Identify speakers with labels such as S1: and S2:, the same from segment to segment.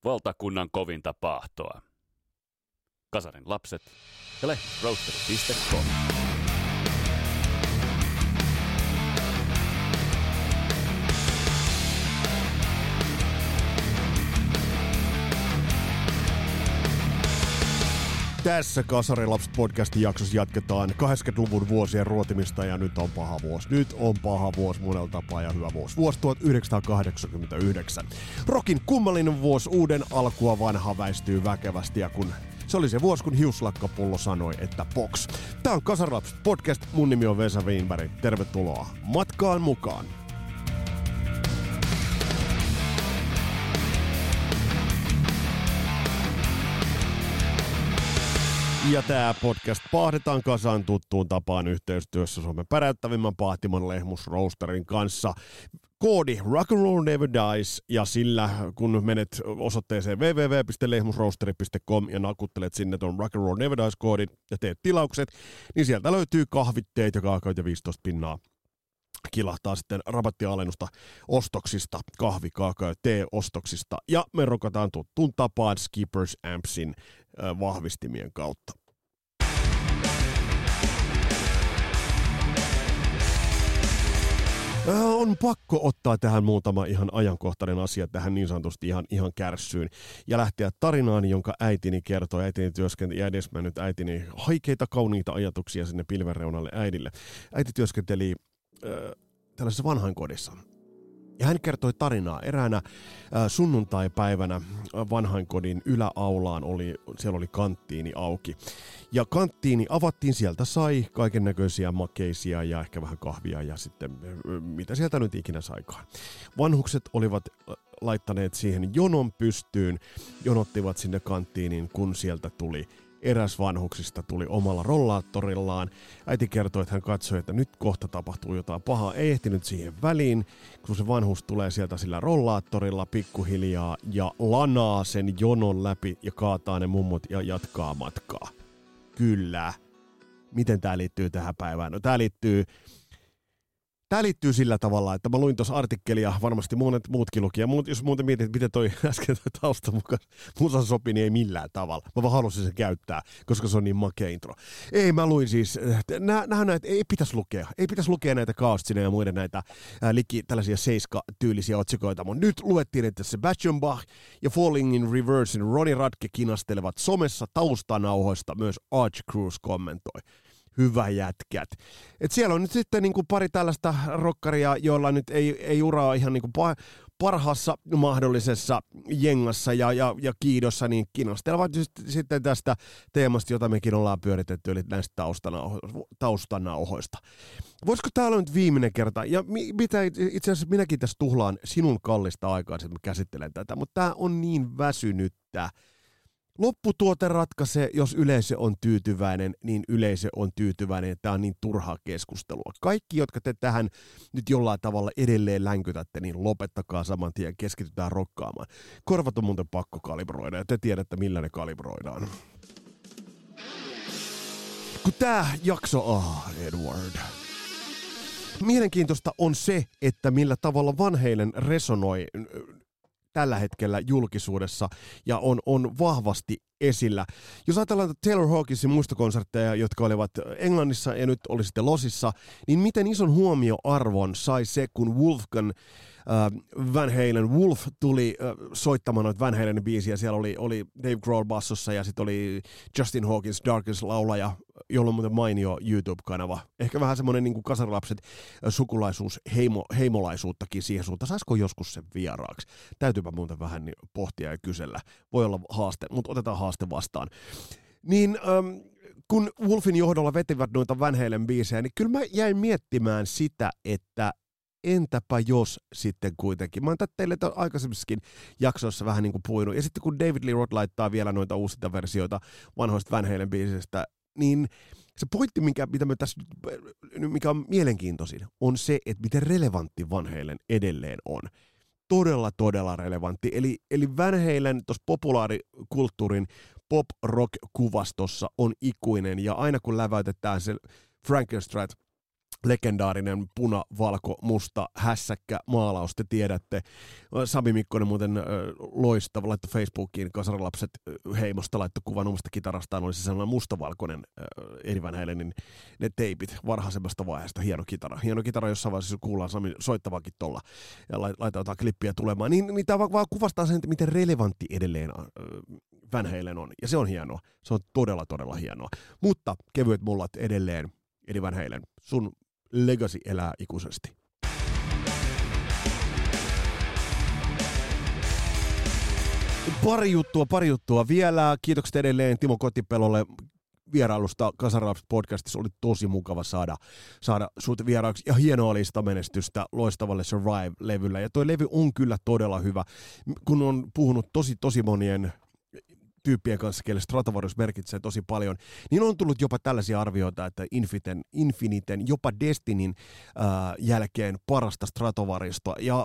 S1: valtakunnan kovinta paahtoa. Kasarin lapset ja lehmusroasteri.com.
S2: Tässä Kasarin lapset podcastin jaksossa jatketaan 80-luvun vuosien ruotimista ja nyt on paha vuosi. Nyt on paha vuosi monella tapaa ja hyvä vuosi. Vuosi 1989. Rockin kummallinen vuosi, uuden alkua vanha väistyy väkevästi ja kun se oli se vuosi, kun hiuslakkapullo sanoi, että box. Tää on Kasarin lapset podcast, mun nimi on Vesa Wienberg. Tervetuloa matkaan mukaan. Ja tämä podcast paahdetaan kasaan tuttuun tapaan yhteistyössä Suomen päräyttävimmän paahtiman Lehmusroasterin kanssa. Koodi Rock'n'Roll Never Dies, ja sillä kun menet osoitteeseen www.lehmusroasteri.com ja nakuttelet sinne ton Rock'n'Roll Never Dies-koodin ja teet tilaukset, niin sieltä löytyy kahvitteet ja kaakaot ja 15 pinnaa. Kilahtaa sitten rabattialennusta ostoksista, kahvi, kaakao ja tee-ostoksista. Ja me rokataan tuttuun tapaan Skippers Ampsin vahvistimien kautta. On pakko ottaa tähän muutama ihan ajankohtainen asia tähän niin sanotusti ihan kärssyyn ja lähteä tarinaan, jonka äitini kertoi. Äitini työskenteli ja edesmennyt äitini haikeita, kauniita ajatuksia sinne pilvenreunalle äidille. Äiti työskenteli tällaisessa vanhainkodissa. Ja hän kertoi tarinaa. Eräänä sunnuntaipäivänä vanhainkodin yläaulaan siellä oli kanttiini auki. Ja kanttiini avattiin, sieltä sai kaiken näköisiä makeisia ja ehkä vähän kahvia ja sitten mitä sieltä nyt ikinä saikaan. Vanhukset olivat laittaneet siihen jonon pystyyn, jonottivat sinne kanttiiniin, kun sieltä tuli eräs vanhuksista tuli omalla rollaattorillaan. Äiti kertoi, että hän katsoi, että nyt kohta tapahtuu jotain pahaa. Ei ehtinyt siihen väliin, kun se vanhus tulee sieltä sillä rollaattorilla pikkuhiljaa ja lanaa sen jonon läpi ja kaataa ne mummot ja jatkaa matkaa. Kyllä. Miten tää liittyy tähän päivään? No tää liittyy sillä tavalla, että mä luin tuossa artikkelia, varmasti monet muutkin luki, ja jos muuten mietit, että miten toi äsken toi tausta musa sopi, niin ei millään tavalla. Mä vaan halusin sen käyttää, koska se on niin makea intro. Ei, mä luin siis, näitä ei pitäisi lukea näitä Kaostinen ja muiden näitä tällaisia seiska-tyylisiä otsikoita, mutta nyt luettiin, että Sebastian Bach ja Falling in Reversein Ronnie Radke kinastelevat somessa taustanauhoista, myös Arch Cruz kommentoi. Hyvä jätkät. Et siellä on nyt sitten niinku pari tällaista rockaria, joilla nyt ei uraa ihan niinku parhaassa mahdollisessa jengassa ja kiidossa, niin kinastelevat sitten tästä teemasta, jota mekin ollaan pyöritetty, eli näistä taustanauhoista. Voisiko tää olla nyt viimeinen kerta? Ja mitä itse asiassa minäkin tässä tuhlaan sinun kallista aikaa, että mä käsittelen tätä, mutta tää on niin väsynyttä. Lopputuote ratkaisee, jos yleisö on tyytyväinen, niin yleisö on tyytyväinen. Tämä on niin turhaa keskustelua. Kaikki, jotka te tähän nyt jollain tavalla edelleen länkytätte, niin lopettakaa saman tien, keskitytään rokkaamaan. Korvat on muuten pakko kalibroida, ja te tiedätte, millä ne kalibroidaan. Kun tämä jakso, Edward. Mielenkiintoista on se, että millä tavalla Van Halen resonoi tällä hetkellä julkisuudessa ja on vahvasti esillä. Jos ajatellaan Taylor Hawkinsin muistokonsertteja, jotka olivat Englannissa ja nyt oli sitten Losissa, niin miten ison huomioarvon sai se, kun Wolfgang Van Halen Wolf tuli soittamaan noita Van Halenin biisiä. Siellä oli Dave Grohl bassossa ja sitten oli Justin Hawkins Darkest laulaja, jolla on muuten mainio YouTube-kanava. Ehkä vähän semmoinen niin kuin Kasarilapset sukulaisuus, heimolaisuuttakin siihen suuntaan. Saisiko joskus sen vieraaksi? Täytyypä muuten vähän pohtia ja kysellä. Voi olla haaste, mutta otetaan haaste vastaan. Niin kun Wolfin johdolla vetivät noita Van Halen biisejä, niin kyllä mä jäin miettimään sitä, että entäpä jos sitten kuitenkin. Mä oon teille aikaisemmissakin jaksoissa vähän niin kuin puinut. Ja sitten kun David Lee Roth laittaa vielä noita uusia versioita vanhoista Van Halen biisistä, niin se pointti, mikä on mielenkiintoisin, on se, että miten relevantti Van Halen edelleen on. Todella relevantti. Eli Van Halen tuossa populaarikulttuurin pop-rock-kuvastossa on ikuinen, ja aina kun läväytetään se Frankenstein legendaarinen puna, valko, musta hässäkkä maalaus, te tiedätte. Sami Mikkonen muuten loistava, laittoi Facebookiin Kasarilapset heimosta, laittoi kuvan omasta kitarastaan, oli se sellainen mustavalkoinen Eddie Van Halenin ne teipit varhaisemmasta vaiheesta, hieno kitara, jossain vaiheessa kuullaan Sami soittavakin tuolla ja laitetaan klippiä tulemaan, niin tämä vaan kuvastaa sen, miten relevantti edelleen Van Halen on, ja se on hienoa, se on todella hienoa, mutta kevyet mullat edelleen, Eddie Van Halen, sun legacy elää ikuisesti. Pari juttua vielä. Kiitokset edelleen Timo Kotipelolle vierailusta Kasarilapset podcastissa. Oli tosi mukava saada sut vieraaksi. Ja hienoa listamenestystä loistavalle Survive-levyllä. Ja toi levy on kyllä todella hyvä. Kun on puhunut tosi monien tyyppien kanssa, kelle Stratovarius merkitsee tosi paljon, niin on tullut jopa tällaisia arvioita, että Infiniten jopa Destinyn jälkeen parasta Stratovariusta. Ja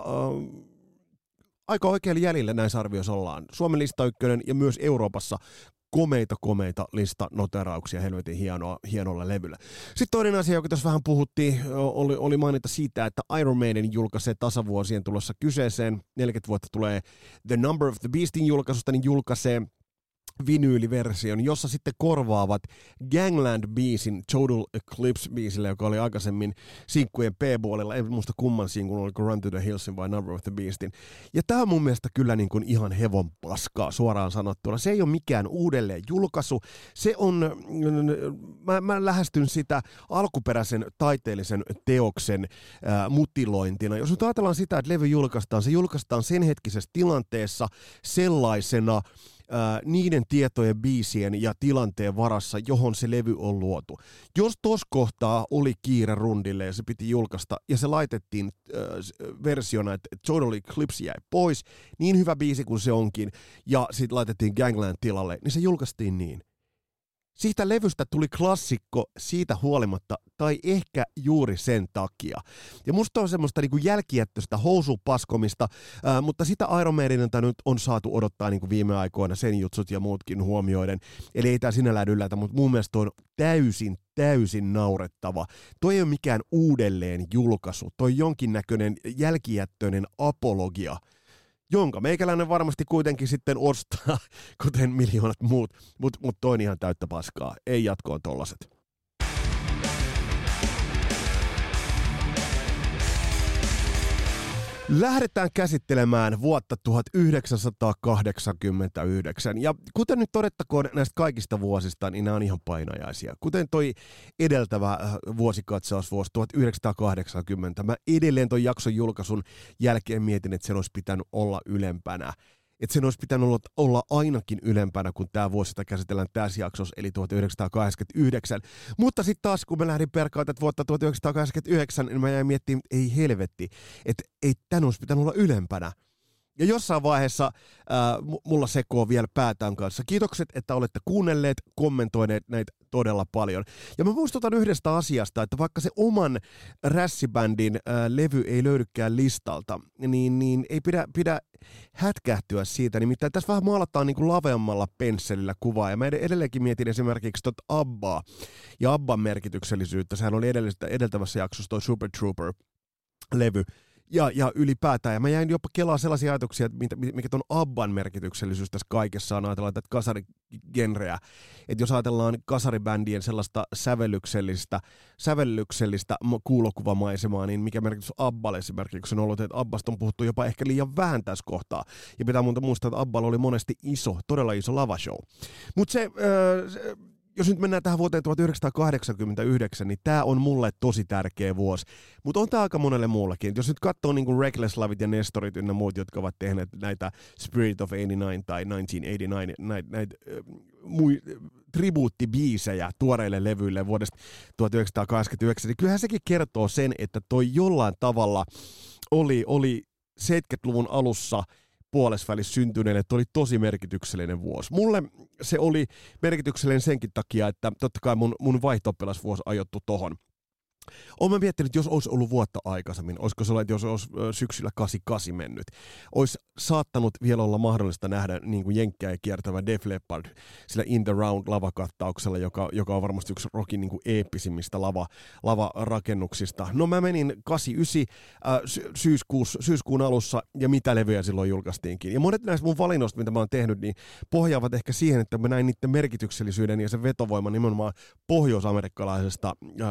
S2: aika oikealla jäljellä näissä arvioissa ollaan. Suomen lista 1 ja myös Euroopassa komeita listanoterauksia helvetin hienolla levyllä. Sitten toinen asia, joka tässä vähän puhuttiin, oli mainita siitä, että Iron Maiden julkaisee tasavuosien tulossa kyseeseen. 40 vuotta tulee The Number of the Beastin julkaisusta, niin julkaisee vinyyliversion, jossa sitten korvaavat Gangland-biisin Total Eclipse-biisille, joka oli aikaisemmin sinkkujen P-puolella, en muista kumman sinkun, oliko Run to the Hillsin vai Number of the Beastin. Ja tämä on mun mielestä kyllä niin kuin ihan hevon paskaa suoraan sanottuna. Se ei ole mikään uudelleen julkaisu. Se on, mä lähestyn sitä alkuperäisen taiteellisen teoksen mutilointina. Jos nyt ajatellaan sitä, että levy julkaistaan, se julkaistaan sen hetkisessä tilanteessa sellaisena, niiden tietojen, biisien ja tilanteen varassa, johon se levy on luotu. Jos tuossa kohtaa oli kiire rundille ja se piti julkaista ja se laitettiin versiona, että Total Eclipse jäi pois, niin hyvä biisi kuin se onkin, ja sitten laitettiin Gangland tilalle, niin se julkaistiin niin. Siitä levystä tuli klassikko siitä huolimatta, tai ehkä juuri sen takia. Ja musta on semmoista niin kuin jälkijättöistä housupaskomista, mutta sitä Iron Maidenilta nyt on saatu odottaa niin kuin viime aikoina sen jutsut ja muutkin huomioiden. Eli ei tää sinällään yllätä, mutta mun mielestä on täysin naurettava. Toi ei ole mikään uudelleen julkaisu, toi jonkinnäköinen jälkijättöinen apologia, jonka meikäläinen varmasti kuitenkin sitten ostaa, kuten miljoonat muut, mutta toi on ihan täyttä paskaa. Ei jatkoon tollaset. Lähdetään käsittelemään vuotta 1989. Ja kuten nyt todettakoon näistä kaikista vuosista, niin nämä on ihan painajaisia. Kuten toi edeltävä vuosikatsaus vuosi 1980. Mä edelleen ton jakson julkaisun jälkeen mietin, että sen olisi pitänyt olla ylempänä. Että sen olisi pitänyt olla ainakin ylempänä, kun tämä vuosi sitä käsitellään tässä jaksossa, eli 1989. Mutta sitten taas, kun mä lähdin perkaan tätä vuotta 1989, niin mä jäin miettimään, että ei helvetti, että ei tämän olisi pitänyt olla ylempänä. Ja jossain vaiheessa mulla sekoo vielä päätään kanssa. Kiitokset, että olette kuunnelleet, kommentoineet näitä todella paljon. Ja mä muistutan yhdestä asiasta, että vaikka se oman rässibändin levy ei löydykään listalta, niin ei pidä hätkähtyä siitä. Nimittäin tässä vähän maalataan niin kuin laveammalla pensselillä kuvaa. Ja mä edelleenkin mietin esimerkiksi Abbaa ja Abban merkityksellisyyttä. Sehän oli edeltävässä jaksossa toi Super Trooper-levy. Ja ylipäätään. Ja mä jäin jopa kelaa sellaisia ajatuksia, että mikä ton Abban merkityksellisyys tässä kaikessa on, ajatellaan tätä kasarigenreä. Että jos ajatellaan kasaribändien sellaista sävellyksellistä kuulokuvamaisemaa, niin mikä merkitys Abballe esimerkiksi on ollut, että Abbasta on puhuttu jopa ehkä liian vähän tässä kohtaa. Ja pitää muuta muistaa, että Abballa oli monesti todella iso lavashow. Mutta jos nyt mennään tähän vuoteen 1989, niin tämä on mulle tosi tärkeä vuosi. Mutta on tämä aika monelle muullekin. Jos nyt katsoo niin kuin Reckless Loveit ja Nestorit ynnä muut, jotka ovat tehneet näitä Spirit of 89 tai 1989, näitä tribuuttibiisejä tuoreille levyille vuodesta 1989, niin kyllähän sekin kertoo sen, että toi jollain tavalla oli 70-luvun alussa puolesvälissä syntyneelle, että oli tosi merkityksellinen vuosi. Mulle se oli merkityksellinen senkin takia, että totta kai mun vaihto-oppilasvuosi ajoittu tohon. Olen mä miettinyt, jos olisi ollut vuotta aikaisemmin, olisiko se ollut, että jos olisi syksyllä 88 mennyt, olisi saattanut vielä olla mahdollista nähdä niin kuin jenkkää kiertävä Def Leppard sillä In the Round lavakattauksella, joka on varmasti yksi rockin niin kuin eeppisimmistä lavarakennuksista. No mä menin 89 syyskuun alussa, ja mitä levyjä silloin julkaistiinkin. Ja monet näistä mun valinnoista, mitä mä oon tehnyt, niin pohjaavat ehkä siihen, että mä näin niiden merkityksellisyyden ja sen vetovoiman nimenomaan pohjois-amerikkalaisesta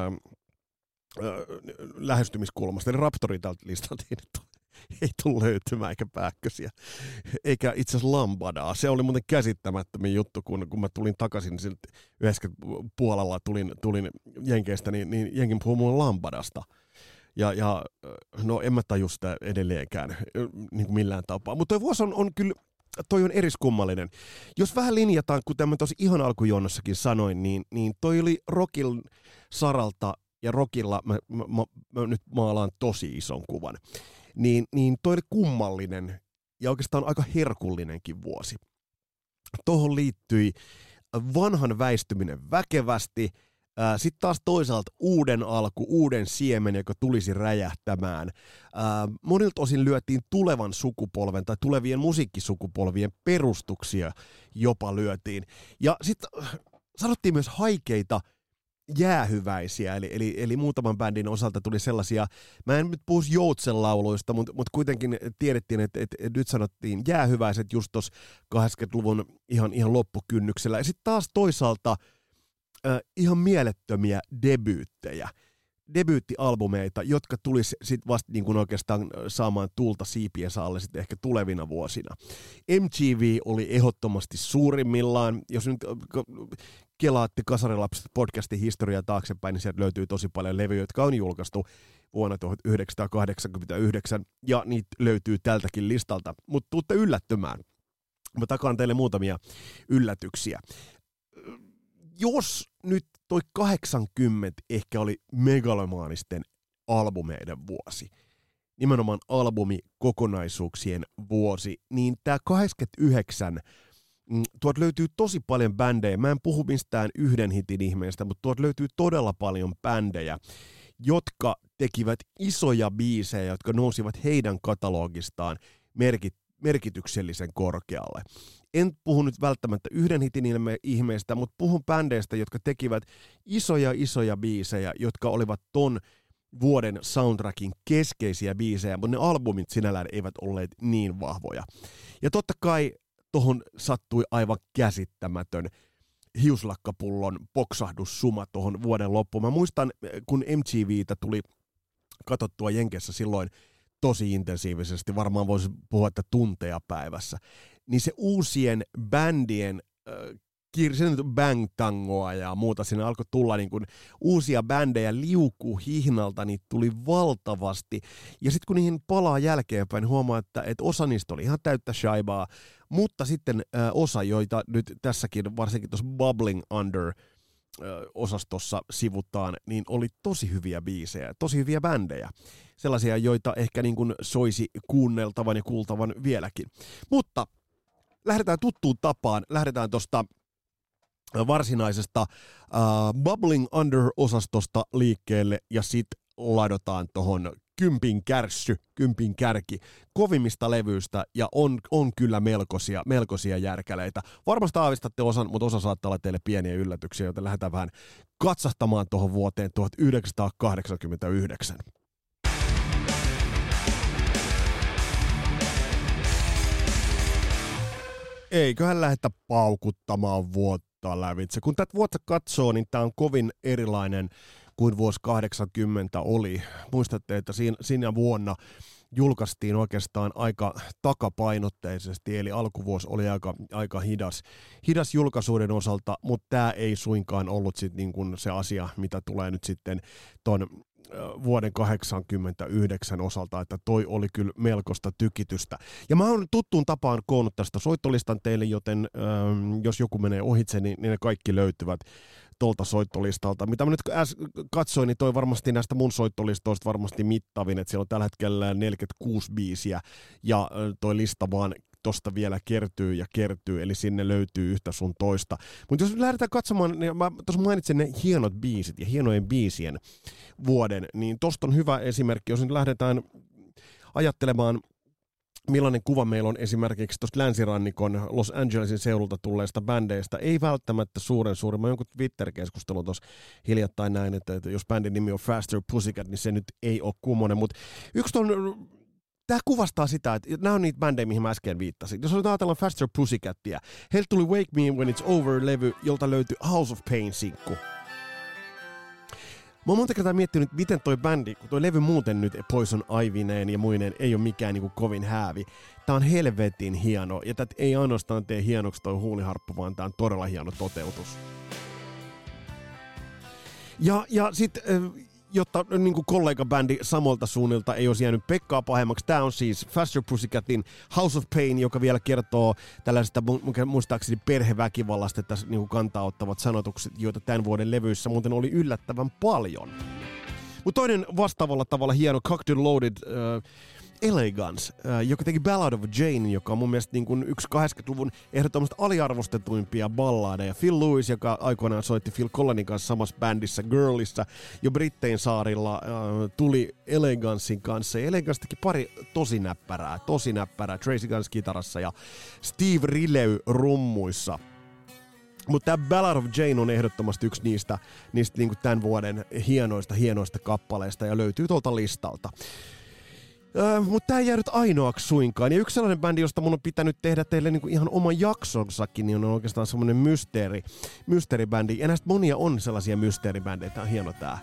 S2: lähestymiskulmasta. Eli Raptori tältä listalta ei tullut löytymään eikä Pääkkösiä, eikä itse asiassa Lambadaa. Se oli muuten käsittämättömin juttu, kun mä tulin takaisin siltä 90 puolella tulin Jenkeistä, niin Jenkin puhui mulle Lambadasta. Ja no en mä taju sitä edelleenkään niin kuin millään tapaa. Mutta toi vuosi on kyllä, toi on eriskummallinen. Jos vähän linjataan, kuten mä tosi ihan alkujuonnossakin sanoin, niin toi oli rockin saralta, ja rockilla mä nyt maalaan tosi ison kuvan, niin toi oli kummallinen ja oikeastaan aika herkullinenkin vuosi. Tuohon liittyi vanhan väistyminen väkevästi, sitten taas toisaalta uuden alku, uuden siemen, joka tulisi räjähtämään. Monilta osin lyötiin tulevan sukupolven tai tulevien musiikkisukupolvien perustuksia jopa lyötiin. Ja sitten sanottiin myös haikeita jäähyväisiä, eli muutaman bändin osalta tuli sellaisia, mä en nyt puhu joutsenlauluista, mutta kuitenkin tiedettiin, että nyt sanottiin jäähyväiset just tuossa 80-luvun ihan loppukynnyksellä, ja sitten taas toisaalta ihan mielettömiä debyyttialbumeita, jotka tulisi sitten vasta niin kuin oikeastaan saamaan tulta siipiensä alle sitten ehkä tulevina vuosina. MTV oli ehdottomasti suurimmillaan, jos nyt kelaatte Kasarilapset podcastin historiaa taaksepäin, niin sieltä löytyy tosi paljon levyjä, jotka on julkaistu vuonna 1989, ja niitä löytyy tältäkin listalta, mutta tuutte yllättymään. Mä takaan teille muutamia yllätyksiä. Jos nyt toi 80 ehkä oli megalomaanisten albumeiden vuosi, nimenomaan albumikokonaisuuksien vuosi, niin tää 89, tuolta löytyy tosi paljon bändejä. Mä en puhu mistään yhden hitin ihmeestä, mutta tuolta löytyy todella paljon bändejä, jotka tekivät isoja biisejä, jotka nousivat heidän katalogistaan merkityksellisen korkealle. En puhu nyt välttämättä yhden hitin ihmeestä, mutta puhun bändeistä, jotka tekivät isoja biisejä, jotka olivat ton vuoden soundtrackin keskeisiä biisejä, mutta ne albumit sinällään eivät olleet niin vahvoja. Ja totta kai tohon sattui aivan käsittämätön hiuslakkapullon poksahdussuma tohon vuoden loppuun. Mä muistan, kun MTVtä tuli katsottua Jenkeissä silloin tosi intensiivisesti, varmaan voisi puhua, että tunteja päivässä, niin se uusien bändien bang-tangoa ja muuta, siinä alkoi tulla niin kuin uusia bändejä liukuhihnalta, niitä tuli valtavasti, ja sitten kun niihin palaa jälkeenpäin, niin huomaa, että osa niistä oli ihan täyttä shaibaa, mutta sitten osa, joita nyt tässäkin, varsinkin tuossa Bubbling Under osastossa sivutaan, niin oli tosi hyviä biisejä, tosi hyviä bändejä. Sellaisia, joita ehkä niin kuin soisi kuunneltavan ja kuultavan vieläkin. Mutta lähdetään tuttuun tapaan, lähdetään tuosta varsinaisesta Bubbling Under-osastosta liikkeelle ja sitten ladotaan tuohon kympin kärki kovimmista levyistä ja on kyllä melkoisia järkäleitä. Varmasti aavistatte osan, mutta osa saattaa olla teille pieniä yllätyksiä, joten lähdetään vähän katsahtamaan tuohon vuoteen 1989. Eiköhän lähdetä paukuttamaan vuotta lävitse. Kun tätä vuotta katsoo, niin tämä on kovin erilainen kuin vuosi 80 oli. Muistatte, että siinä vuonna julkaistiin oikeastaan aika takapainotteisesti, eli alkuvuosi oli aika hidas julkaisuuden osalta, mutta tämä ei suinkaan ollut sit niin kuin se asia, mitä tulee nyt sitten ton vuoden 89 osalta, että toi oli kyllä melkoista tykitystä. Ja mä oon tuttuun tapaan koonnut tästä soittolistan teille, joten jos joku menee ohitse, niin ne kaikki löytyvät tuolta soittolistalta. Mitä mä nyt katsoin, niin toi varmasti näistä mun soittolistoista varmasti mittavin, että siellä on tällä hetkellä 46 biisiä, ja toi lista vaan tosta vielä kertyy, eli sinne löytyy yhtä sun toista. Mutta jos lähdetään katsomaan, niin mä tuossa mainitsin ne hienot biisit ja hienojen biisien vuoden, niin tosta on hyvä esimerkki, jos nyt lähdetään ajattelemaan, millainen kuva meillä on esimerkiksi tuosta länsirannikon Los Angelesin seudulta tulleista bändeistä. Ei välttämättä suuren suuri. Mä jonkun Twitter-keskustelun tuossa hiljattain näin, että jos bändin nimi on Faster Pussycat, niin se nyt ei ole kummonen. Mutta tämä kuvastaa sitä, että nämä on niitä bändejä, mihin mä äsken viittasin. Jos ajatellaan Faster Pussycatia, heiltä tuli Wake Me When It's Over-levy, jolta löytyi House of Pain-sinkku. Mä oon monta kertaa miettinyt, miten toi bändi, kun toi levy muuten nyt Poison Ivineen ja muineen ei ole mikään niinku kovin häävi. Tää on helvetin hieno, ja tät ei ainoastaan tee hienoksi toi huuliharppu, vaan tää on todella hieno toteutus. Ja sit, jotta niinku kollegabändi samalta suunnilta ei olisi jäänyt Pekkaa pahemmaksi, tää on siis Faster Pussycatin House of Pain, joka vielä kertoo tällaisesta muistaakseni perheväkivallasta, että tässä niinku kantaa ottavat sanotukset, joita tämän vuoden levyissä muuten oli yllättävän paljon. Mutta toinen vastaavalla tavalla hieno Cocktail Loaded Elegance, joka teki Ballad of Jane, joka on mun mielestä niin kuin yksi 80-luvun ehdottomasti aliarvostetuimpia balladeja. Phil Lewis, joka aikoinaan soitti Phil Collanin kanssa samassa bändissä Girlissa, jo Brittein saarilla tuli Elegancein kanssa. Ja Elegance teki pari tosi näppärää. Tracy Guns kitarassa ja Steve Riley rummuissa. Mutta tämä Ballad of Jane on ehdottomasti yksi niistä niinku tämän vuoden hienoista kappaleista ja löytyy tuolta listalta. Mutta tää ei jäänyt ainoaksi suinkaan. Ja yksi sellainen bändi, josta mun on pitänyt tehdä teille niinku ihan oman jaksonsakin, niin on oikeastaan semmoinen mysteeribändi. Ja näistä monia on sellaisia mysteeribändejä. Tää on hieno tää.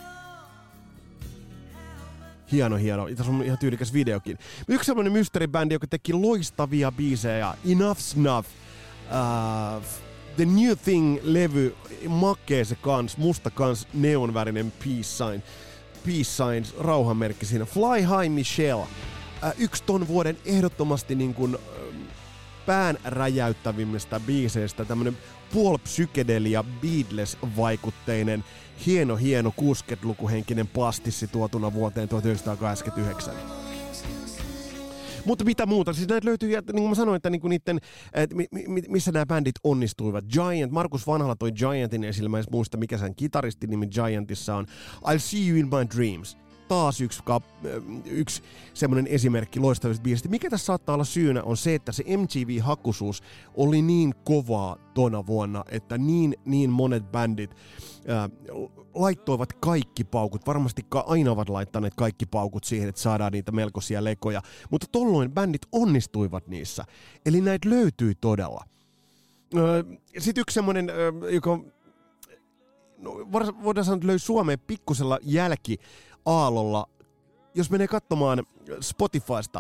S2: Hieno. Ja tässä on ihan tyylikäs videokin. Yksi sellainen mysteeribändi, joka teki loistavia biisejä. Enough Snuff. The New Thing-levy. Makee se kans. Musta kans neonvärinen Peace Signs, rauhanmerkki siinä. Fly High Michelle, yksi ton vuoden ehdottomasti niin kuin pään räjäyttävimmistä biiseistä, tämmönen puol-psykedelia Beatles-vaikutteinen, hieno 60-lukuhenkinen pastissi tuotuna vuoteen 1989. Mutta mitä muuta? Siis näitä löytyy, niin kuin mä sanoin, että niinku niiden, missä nämä bändit onnistuivat. Giant, Markus Vanhala toi Giantin esille, mä en muista mikä sen kitaristin nimi Giantissa on. I'll See You In My Dreams. Taas yksi semmoinen esimerkki loistavista biisistä. Mikä tässä saattaa olla syynä on se, että se MTV-hakuisuus oli niin kovaa tona vuonna, että niin monet bändit laittoivat kaikki paukut. Varmasti aina ovat laittaneet kaikki paukut siihen, että saadaan niitä melkoisia lekoja. Mutta tolloin bändit onnistuivat niissä. Eli näitä löytyi todella. Sitten yksi semmoinen, joka voidaan sanoa, että löi Suomeen pikkusella jälkiaallolla. Jos menee katsomaan Spotifysta,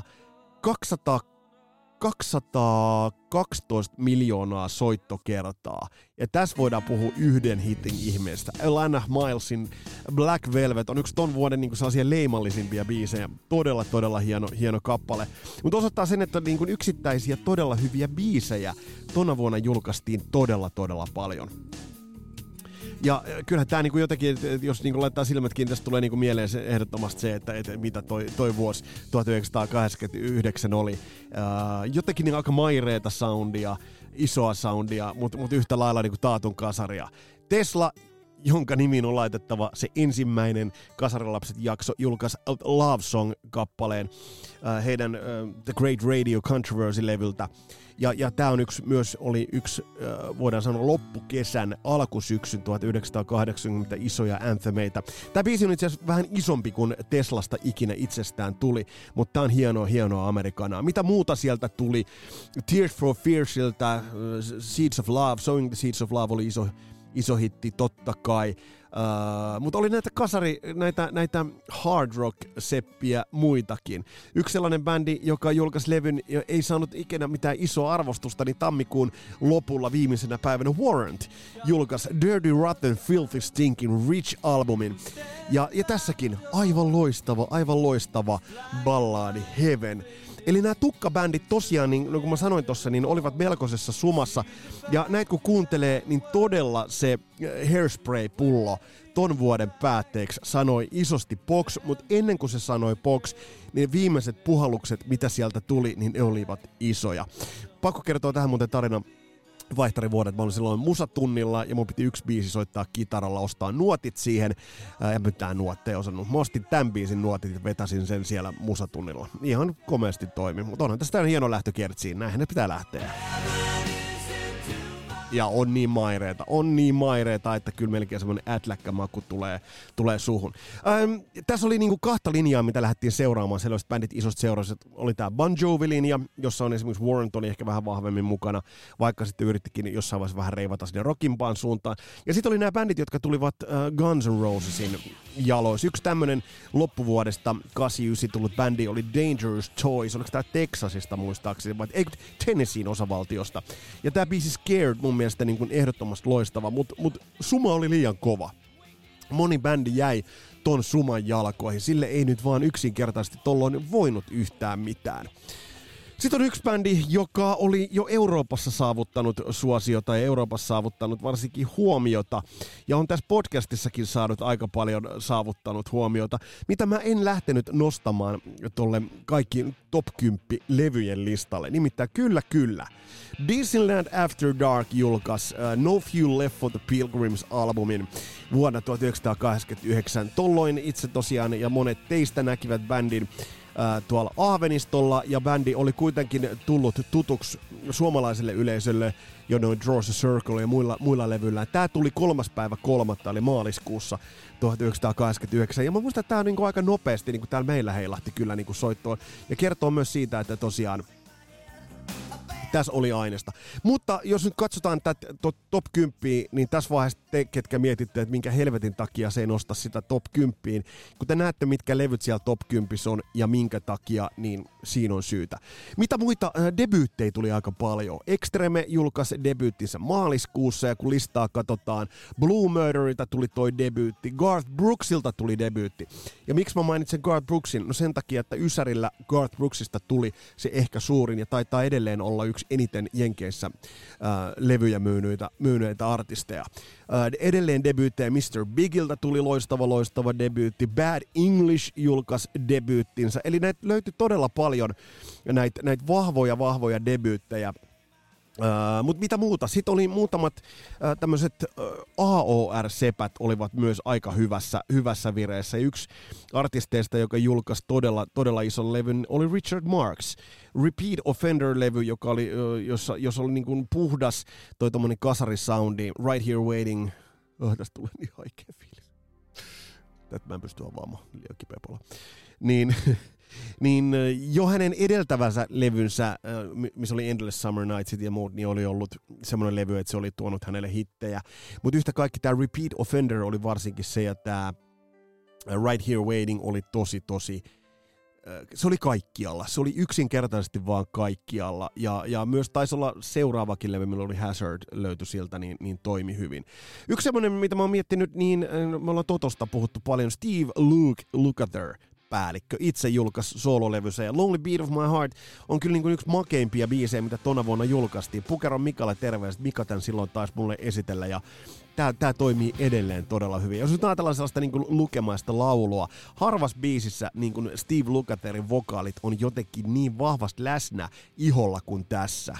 S2: 212 miljoonaa soittokertaa. Ja tässä voidaan puhua yhden hitin ihmeestä. Alana Milesin Black Velvet on yksi ton vuoden niinku sellaisia leimallisimpia biisejä. Todella hieno kappale. Mutta osoittaa sen, että niinku yksittäisiä todella hyviä biisejä tona vuonna julkaistiin todella paljon. Ja kyllähän tämä niinku jotenkin, jos niinku laittaa silmät kiinni, tästä tulee niinku mieleen se, ehdottomasti se, että mitä toi vuosi 1989 oli. Jotenkin niinku aika maireeta soundia, isoa soundia, mutta yhtä lailla niinku taatun kasaria. Tesla, jonka nimiin on laitettava se ensimmäinen Kasarilapset-jakso, julkaisi Love Song-kappaleen heidän The Great Radio Controversy-levyltä. Ja tämä on oli yksi, voidaan sanoa, loppukesän, alkusyksyn 1980 isoja anthemeita. Tämä biisi on itse asiassa vähän isompi kuin Teslasta ikinä itsestään tuli, mutta tämä on hienoa amerikanaa. Mitä muuta sieltä tuli? Tears for Fearsiltä, Seeds of Love, Sowing the Seeds of Love oli iso hitti, totta kai. Mutta oli näitä hard rock-seppiä muitakin. Yksi sellainen bändi, joka julkaisi levyn ja ei saanut ikinä mitään isoa arvostusta, niin tammikuun lopulla viimeisenä päivänä Warrant julkaisi Dirty Rotten Filthy Stinking Rich-albumin. Ja tässäkin aivan loistava balladi Heaven. Eli nämä tukkabändit tosiaan, niin kun mä sanoin tossa, niin olivat melkoisessa sumassa. Ja näitä kun kuuntelee, niin todella se Hairspray-pullo ton vuoden päätteeksi sanoi isosti Box, mutta ennen kuin se sanoi Box, niin viimeiset puhallukset, mitä sieltä tuli, niin ne olivat isoja. pakko kertoa tähän muuten tarina vaihtarivuodet. Mä olin silloin musatunnilla ja mun piti yksi biisi soittaa kitaralla, ostaa nuotit siihen. Ja mitään nuotteja osannut. Mä ostin tämän biisin nuotit ja vetäsin sen siellä musatunnilla. Ihan komeasti toimi, mutta onhan tästä hieno lähtökertsiin. Näinhän ne pitää lähteä. Ja on niin maireeta, että kyllä melkein semmoinen ätläkkämaku tulee suuhun. Tässä oli niinku kahta linjaa, mitä lähdettiin seuraamaan. Sellaiset bändit isosta seurauset. Oli tää Bon Jovi-linja, jossa on esimerkiksi Warrant ehkä vähän vahvemmin mukana, vaikka sitten yrittikin jossain vaiheessa vähän reivata sinne rockimpaan suuntaan. Ja sitten oli nämä bändit, jotka tulivat Guns N' Rosesin jaloissa. Yksi tämmönen loppuvuodesta 89 tullut bändi oli Dangerous Toys. Oliko tää Texasista muistaakseni, vai ei Tennesseein osavaltiosta. Ja tää biisi Scared mun mielestä niin kuin ehdottomasti loistava, mutta suma oli liian kova. Moni bändi jäi ton suman jalkoihin. Sille ei nyt vaan yksinkertaisesti tolloin voinut yhtään mitään. Sitten on yksi bändi, joka oli jo Euroopassa saavuttanut suosiota ja Euroopassa saavuttanut varsinkin huomiota. Ja on tässä podcastissakin saanut aika paljon saavuttanut huomiota, mitä mä en lähtenyt nostamaan tolle kaikki top 10 levyjen listalle. Nimittäin kyllä. Disneyland After Dark julkaisi No Fuel Left for the Pilgrims-albumin vuonna 1989. Tolloin itse tosiaan ja monet teistä näkivät bändin tuolla Ahvenistolla, ja bändi oli kuitenkin tullut tutuksi suomalaiselle yleisölle jo noin Draws a Circle ja muilla levyillä. Tää tuli 3.3. eli maaliskuussa 1989, ja mä muistan, että tää on niinku aika nopeasti niinku täällä meillä heilahti kyllä niinku soittoon, ja kertoo myös siitä, että tosiaan tässä oli aineesta. Mutta jos nyt katsotaan tätä top 10, niin tässä vaiheessa te, ketkä mietitte, että minkä helvetin takia se ei nosta sitä top 10, kun te näette, mitkä levyt siellä top 10 on ja minkä takia, niin siinä on syytä. Mitä muita debyyttejä tuli aika paljon? Extreme julkaisi debyyttinsä maaliskuussa, ja kun listaa katsotaan, Blue Murderilta tuli toi debyytti, Garth Brooksilta tuli debyytti. Ja miksi mä mainitsen Garth Brooksin? No sen takia, että Ysärillä Garth Brooksista tuli se ehkä suurin ja taitaa edelleen olla yksi eniten Jenkeissä levyjä myyneitä artisteja. Edelleen debyyttejä Mr. Bigiltä tuli loistava debyytti. Bad English julkaisi debyyttinsä. Eli näitä löytyi todella paljon näitä vahvoja debyyttejä. Mutta mitä muuta? Sitten oli muutamat tämmöiset AOR-sepät olivat myös aika hyvässä vireessä. Yksi artisteista, joka julkaisi todella ison levyn, oli Richard Marx. Repeat Offender-levy, joka oli, jos oli niin kuin puhdas toi tommonen kasarisoundi, Right Here Waiting. Tästä tulee niin haikea fiilis. Tätä mä en pysty avaamaan, liian kipeä pola. Niin jo hänen edeltävänsä levynsä, missä oli Endless Summer Nightsit ja muut, niin oli ollut semmoinen levy, että se oli tuonut hänelle hittejä. Mutta yhtä kaikki tämä Repeat Offender oli varsinkin se, ja tämä Right Here Waiting oli tosi, se oli kaikkialla. Se oli yksinkertaisesti vaan kaikkialla. Ja myös taisi olla seuraavakin levy, millä oli Hazard löytyi sieltä, niin toimi hyvin. Yksi semmoinen, mitä mä oon miettinyt, niin me ollaan Totosta puhuttu paljon, Steve Lukather, päällikkö, itse julkaisi soololevynsä, ja Lonely Beat of My Heart on kyllä niin kuin yksi makeimpia biisejä, mitä tona vuonna julkaistiin. Pukeron Mikalle terveiset, Mika tän silloin taisi mulle esitellä, ja tää toimii edelleen todella hyvin. Jos nyt ajatellaan sellaista niin kuin lukemaista laulua, harvassa biisissä niin kuin Steve Lukatherin vokaalit on jotenkin niin vahvasti läsnä iholla kuin tässä.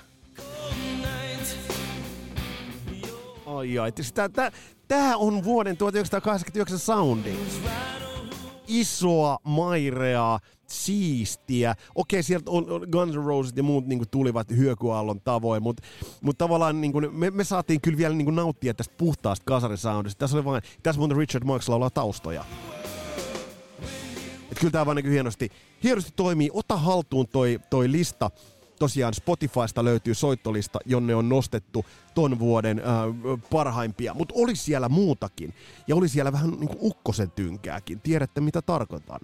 S2: Tää on vuoden 1989 soundi. Isoa, maireaa, siistiä. Okei, sieltä on Guns N' Roses ja muut niin tulivat hyökyaallon tavoin, mutta tavallaan niin kuin, me saatiin kyllä vielä niin kuin nauttia tästä puhtaasta kasarisoundista. Tässä muuten Richard Marx laulaa taustoja. Et kyllä tämä vaan niin hienosti toimii. Ota haltuun toi lista. Tosiaan Spotifysta löytyy soittolista, jonne on nostettu ton vuoden parhaimpia, mutta oli siellä muutakin. Ja oli siellä vähän niin kuin ukkosen tynkääkin. Tiedätte, mitä tarkoitan.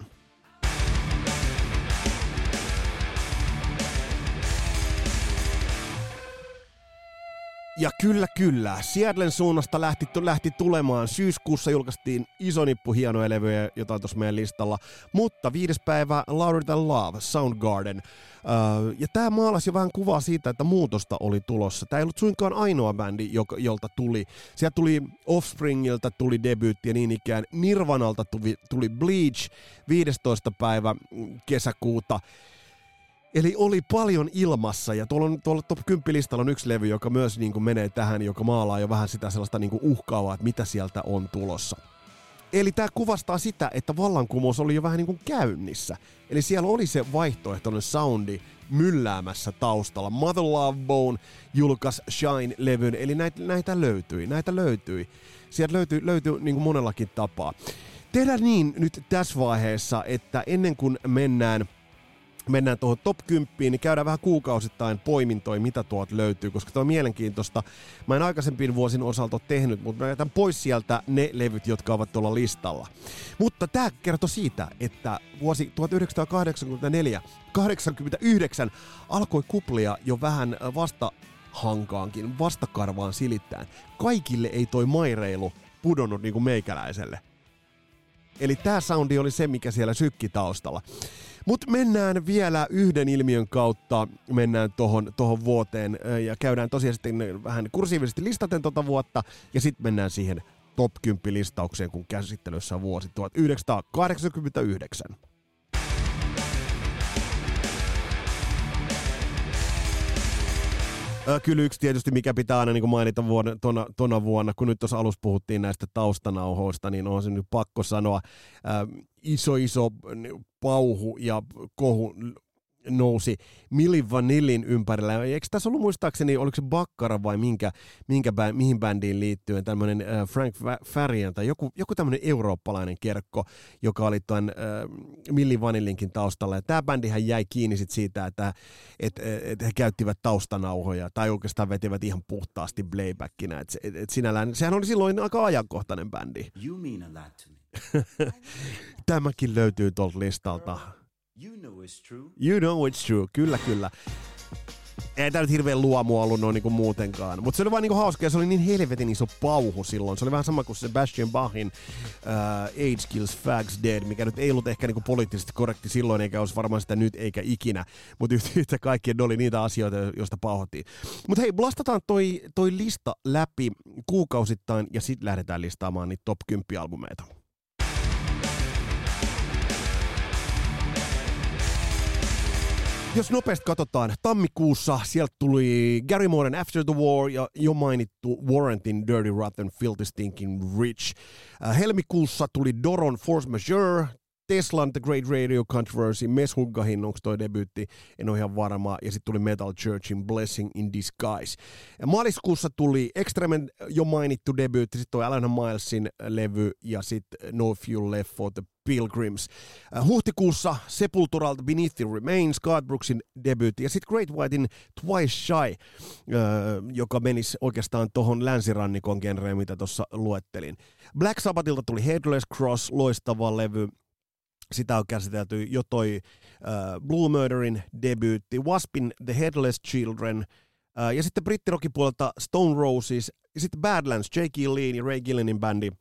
S2: Ja kyllä, Seattlen suunnasta lähti tulemaan. Syyskuussa julkaistiin iso nippu hienoja levyjä, jota on tuossa meidän listalla. Mutta 5. päivä Louder Than Love, Soundgarden. Ja tää maalasi jo vähän kuvaa siitä, että muutosta oli tulossa. Tää ei ollut suinkaan ainoa bändi, jolta tuli. Sieltä tuli Offspringilta tuli debyytti ja niin ikään. Nirvanalta tuli Bleach 15. päivä kesäkuuta. Eli oli paljon ilmassa, ja tuolla top 10 listalla on yksi levy, joka myös niin kuin menee tähän, joka maalaa jo vähän sitä sellaista niin kuin uhkaavaa, että mitä sieltä on tulossa. Eli tämä kuvastaa sitä, että vallankumous oli jo vähän niin kuin käynnissä. Eli siellä oli se vaihtoehtoinen soundi mylläämässä taustalla. Mother Love Bone julkaisi Shine-levyn, eli näitä löytyi. Sieltä löytyi niin kuin monellakin tapaa. Tehdään niin nyt tässä vaiheessa, että ennen kuin mennään tuohon top 10, niin käydään vähän kuukausittain poimintoja, mitä tuolta löytyy, koska tämä on mielenkiintoista. Mä en aikaisempien vuosin osalta ole tehnyt, mutta mä jätän pois sieltä ne levyt, jotka ovat tuolla listalla. Mutta tämä kertoo siitä, että vuosi 1989 alkoi kuplia jo vähän vastahankaankin, vastakarvaan silittäen. Kaikille ei toi maireilu pudonnut niin kuin meikäläiselle. Eli tää soundi oli se, mikä siellä sykki taustalla. Mutta mennään vielä yhden ilmiön kautta, mennään tohon vuoteen ja käydään tosiaan sitten vähän kursiivisesti listaten tota vuotta ja sitten mennään siihen top 10 listaukseen, kun käsittelyssä on vuosi 1989. Kyllä yksi tietysti, mikä pitää aina niin kuin mainita tona vuonna, kun nyt tuossa alussa puhuttiin näistä taustanauhoista, niin on se nyt pakko sanoa, iso pauhu ja kohu nousi Milli Vanillin ympärillä. Eikö tässä ollut muistaakseni, oliko se Bakkara vai mihin bändiin liittyen tämmöinen Frank Farian tai joku tämmöinen eurooppalainen kerkko, joka oli tuon Milli Vanillinkin taustalla. Ja tämä bändihän jäi kiinni sit siitä, että he käyttivät taustanauhoja tai oikeastaan vetivät ihan puhtaasti playbackinä. Et sinällään, sehän oli silloin aika ajankohtainen bändi.
S3: You mean a lot to me.
S2: Tämäkin löytyy tuolta listalta.
S3: You know it's true.
S2: You know it's true, kyllä. Ei tää nyt hirveän luomua ollut noin niinku muutenkaan. Mutta se oli vaan niinku hauska ja se oli niin helvetin iso pauhu silloin. Se oli vähän sama kuin Sebastian Bachin Age Kills Fags Dead, mikä nyt ei ollut ehkä niinku poliittisesti korrekti silloin, eikä olisi varmaan sitä nyt eikä ikinä. Mutta yhtä kaikkien oli niitä asioita, joista pauhottiin. Mutta hei, blastataan toi lista läpi kuukausittain ja sitten lähdetään listaamaan niitä top 10 albumeita. Jos nopeasti katsotaan, tammikuussa sieltä tuli Gary Mooren After the War ja jo mainittu Warrantin Dirty Rotten Filthy Stinking Rich. Helmikuussa tuli Doron Force Majeure, Teslan The Great Radio Controversy, Meshuggahin, onko toi debyytti, en ole ihan varma, ja sitten tuli Metal Churchin Blessing in Disguise. Ja maaliskuussa tuli Extremen jo mainittu debyytti, sitten toi Alan Milesin levy, ja sitten No Fuel Left for the Pilgrims. Huhtikuussa Sepulturalta Beneath the Remains, God Brooksin debyytti, ja sitten Great Whitein Twice Shy, joka menisi oikeastaan tohon länsirannikon genreen, mitä tuossa luettelin. Black Sabbathilta tuli Headless Cross, loistava levy. Sitä on käsitelty jo toi Blue Murderin debyytti, Waspin The Headless Children, ja sitten brittirockin puolelta Stone Roses, ja sitten Badlands, J.K. Leen ja Ray Gillenin bändi,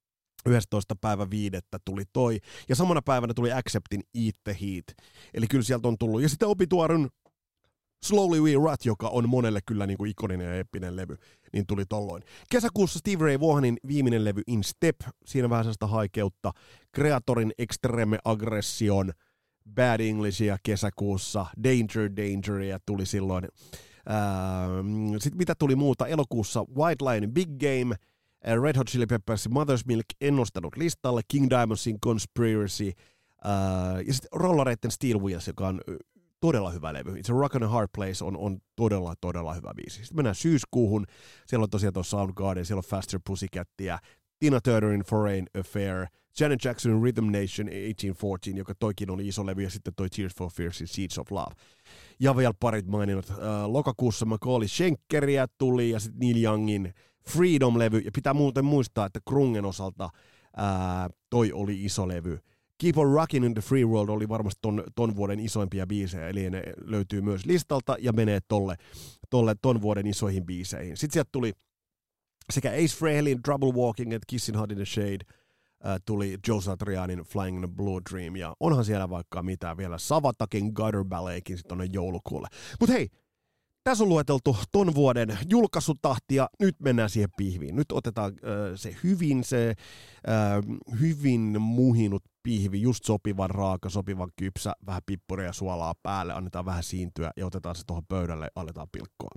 S2: 11.5. tuli toi, ja samana päivänä tuli Acceptin Eat the Heat, eli kyllä sieltä on tullut, ja sitten Obituaryn Slowly We Rot, joka on monelle kyllä niin kuin ikoninen ja eeppinen levy, niin tuli tolloin. Kesäkuussa Stevie Ray Vaughanin viimeinen levy In Step, siinä vähän sellaista haikeutta. Creatorin Extreme Aggression, Bad Englishia kesäkuussa, Dangeria tuli silloin. Sitten mitä tuli muuta? Elokuussa White Lion Big Game, Red Hot Chili Peppersin Mother's Milk en nostanut listalle, King Diamondsin Conspiracy, ja sitten Rollareitten Steel Wheels, joka on todella hyvä levy. It's a Rock and a Hard Place on todella hyvä biisi. Sitten mennään syyskuuhun. Siellä on tosiaan tuossa Soundgarden, siellä on Faster Pussycatia, Tina Turnerin Foreign Affair, Janet Jacksonin Rhythm Nation 1814, joka toikin oli iso levy, ja sitten toi Tears for Fearsin Seeds of Love. Ja vielä parit maininnut. Lokakuussa Macaulay Schenkeria tuli, ja sitten Neil Youngin Freedom-levy, ja pitää muuten muistaa, että Krungen osalta toi oli iso levy. Keep on Rockin' in the Free World oli varmasti ton vuoden isoimpia biisejä, eli ne löytyy myös listalta ja menee ton vuoden isoihin biiseihin. Sitten sieltä tuli sekä Ace Frehlin Trouble Walking että Kissing Hot in the Shade, tuli Joe Satrianin Flying in a Blue Dream, ja onhan siellä vaikka mitään vielä Savatakin Gutter Balletkin sitten tonne joulukuulle. Mut hei, tässä on lueteltu ton vuoden julkaisutahti ja nyt mennään siihen pihviin. Nyt otetaan se hyvin muhinut pihvi, just sopivan raaka, sopivan kypsä, vähän pippuria ja suolaa päälle, annetaan vähän siintyä ja otetaan se tuohon pöydälle ja aletaan pilkkoa.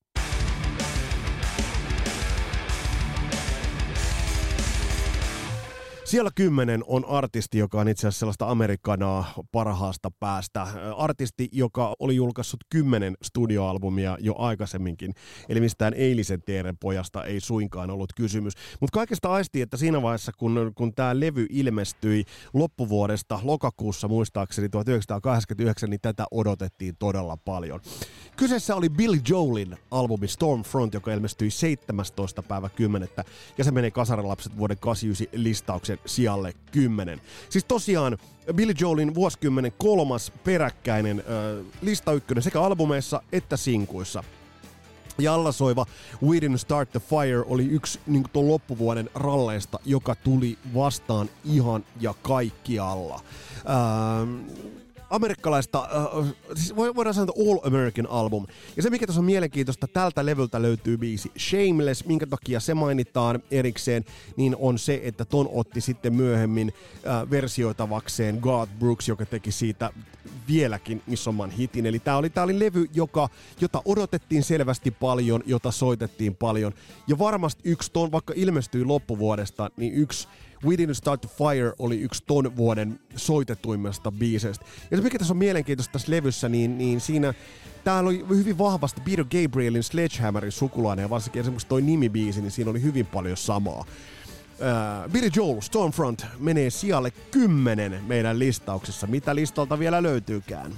S2: Siellä 10 on artisti, joka on itse asiassa sellaista Amerikanaa parhaasta päästä. Artisti, joka oli julkaissut 10 studioalbumia jo aikaisemminkin. Eli mistään eilisen teeren pojasta ei suinkaan ollut kysymys. Mutta kaikesta aistii, että siinä vaiheessa, kun tämä levy ilmestyi loppuvuodesta, lokakuussa muistaakseni 1989, niin tätä odotettiin todella paljon. Kyseessä oli Billy Joelin albumi Stormfront, joka ilmestyi 17.10. ja se menee Kasarilapset vuoden 89 listauksen sijalle 10. Siis tosiaan Billy Joelin vuosikymmenen 3. peräkkäinen lista 1 sekä albumeissa että sinkuissa. Ja alla soiva We Didn't Start the Fire oli yksi niin tuon loppuvuoden ralleista, joka tuli vastaan ihan ja kaikkialla. Amerikkalaista, siis voidaan sanoa All American Album. Ja se mikä tässä on mielenkiintoista, tältä levyltä löytyy biisi Shameless, minkä takia se mainitaan erikseen, niin on se, että ton otti sitten myöhemmin versioitavakseen Garth Brooks, joka teki siitä vieläkin isomman hitin. Eli tää oli levy, jota odotettiin selvästi paljon, jota soitettiin paljon. Ja varmasti yksi ton, vaikka ilmestyi loppuvuodesta, niin yksi We Didn't Start the Fire oli yksi ton vuoden soitetuimmasta biiseistä. Ja se mikä tässä on mielenkiintoista tässä levyssä, niin siinä täällä oli hyvin vahvasti Peter Gabrielin Sledgehammerin sukulainen, ja varsinkin esimerkiksi toi nimibiisi, niin siinä oli hyvin paljon samaa. Billy Joel, Stormfront, menee sijalle 10 meidän listauksessa. Mitä listalta vielä löytyykään?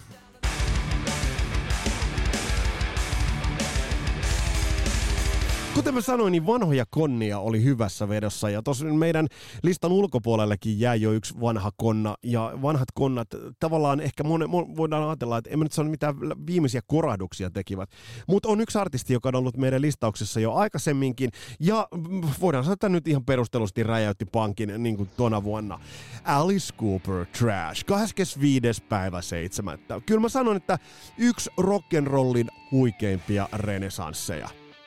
S2: Kuten mä sanoin, niin vanhoja konnia oli hyvässä vedossa, ja tuossa meidän listan ulkopuolellekin jäi jo yksi vanha konna, ja vanhat konnat tavallaan ehkä voidaan ajatella, että en mä nyt sano mitään viimeisiä korahduksia tekivät, mutta on yksi artisti, joka on ollut meidän listauksessa jo aikaisemminkin, ja voidaan sanoa, että nyt ihan perustellusti räjäytti pankin niin kuin tona vuonna. Alice Cooper, Trash, 25.7. Kyllä mä sanon, että yksi rock'n'rollin huikeimpia renesansseja.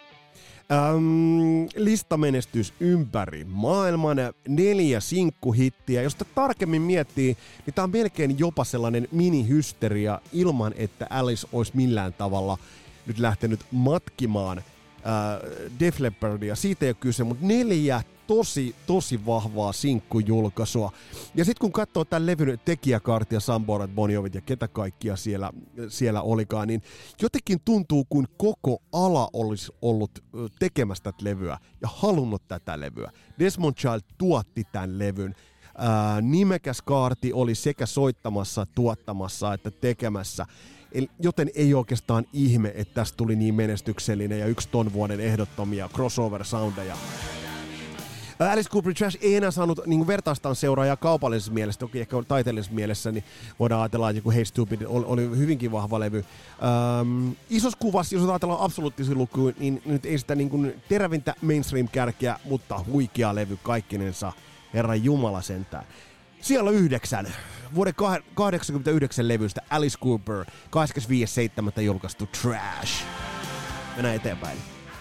S2: Listamenestys ympäri maailman, 4 sinkkuhittiä. Jos sitä tarkemmin miettii, niin tää on melkein jopa sellainen mini-hysteria ilman, että Alice olisi millään tavalla nyt lähtenyt matkimaan Def Leppardia. Siitä ei ole kyse, mutta 4 tosi vahvaa sinkkujulkaisua. Ja sitten kun katsoo tämän levyn tekijäkaartia, Samborat, Bon Jovit ja ketä kaikkia siellä olikaan, niin jotenkin tuntuu, kuin koko ala olisi ollut tekemässä tätä levyä ja halunnut tätä levyä. Desmond Child tuotti tämän levyn. Nimekäs kaarti oli sekä soittamassa, tuottamassa että tekemässä. Joten ei oikeastaan ihme, että tästä tuli niin menestyksellinen ja yksi ton vuoden ehdottomia crossover-soundeja. Alice Cooper Trash ei enää saanut niin vertaistaan seuraajaa kaupallisessa mielessä, toki ehkä taiteellisessa mielessä, niin voidaan ajatella, että joku Hey Stupid oli hyvinkin vahva levy. Isossa kuvassa, jos ajatellaan absoluuttisia lukuja, niin nyt ei sitä niin kuin terävintä mainstream-kärkeä, mutta huikea levy kaikkinensa, herran jumala sentään. Siellä 9. Vuoden 89 levystä Alice Cooper, 25.7. julkaistu Trash. Mennään eteenpäin.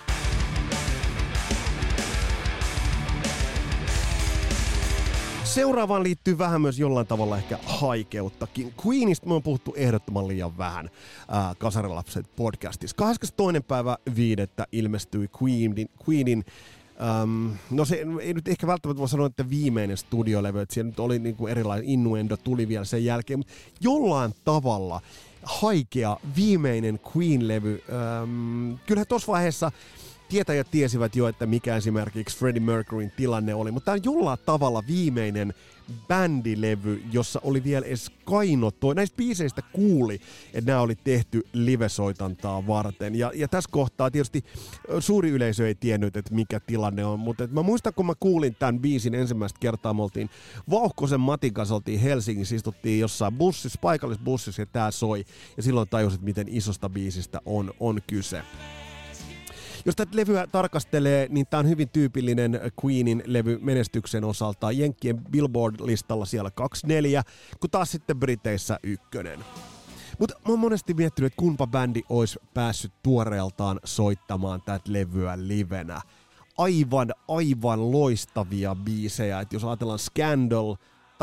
S2: Seuraavaan liittyy vähän myös jollain tavalla ehkä haikeuttakin. Queenista me on puhuttu ehdottoman liian vähän Kasarilapset podcastissa. 22.5. ilmestyi Queenin no se ei nyt ehkä välttämättä voi sanoa, että viimeinen studiolevy, että siellä nyt oli niinku erilainen Innuendo tuli vielä sen jälkeen, mutta jollain tavalla haikea viimeinen Queen-levy. Kyllähän tuossa vaiheessa tietäjät tiesivät jo, että mikä esimerkiksi Freddie Mercuryn tilanne oli, mutta tämä on jollain tavalla viimeinen bändilevy, jossa oli vielä edes kainottu. Näistä biiseistä kuuli, että nämä oli tehty livesoitantaa varten. Ja tässä kohtaa tietysti suuri yleisö ei tiennyt, että mikä tilanne on, mutta mä muistan, kun mä kuulin tämän biisin ensimmäistä kertaa, me oltiin Vauhkosen Matin kanssa, oltiin Helsingissä, istuttiin jossain bussissa, paikallisbussissa, ja tää soi, ja silloin tajusit, miten isosta biisistä on kyse. Jos tätä levyä tarkastelee, niin tämä on hyvin tyypillinen Queenin levy menestyksen osalta. Jenkkien Billboard-listalla siellä 24, kun taas sitten Briteissä 1. Mutta mä oon monesti miettinyt, että kumpa bändi olisi päässyt tuoreeltaan soittamaan tätä levyä livenä. Aivan loistavia biisejä. Et jos ajatellaan Scandal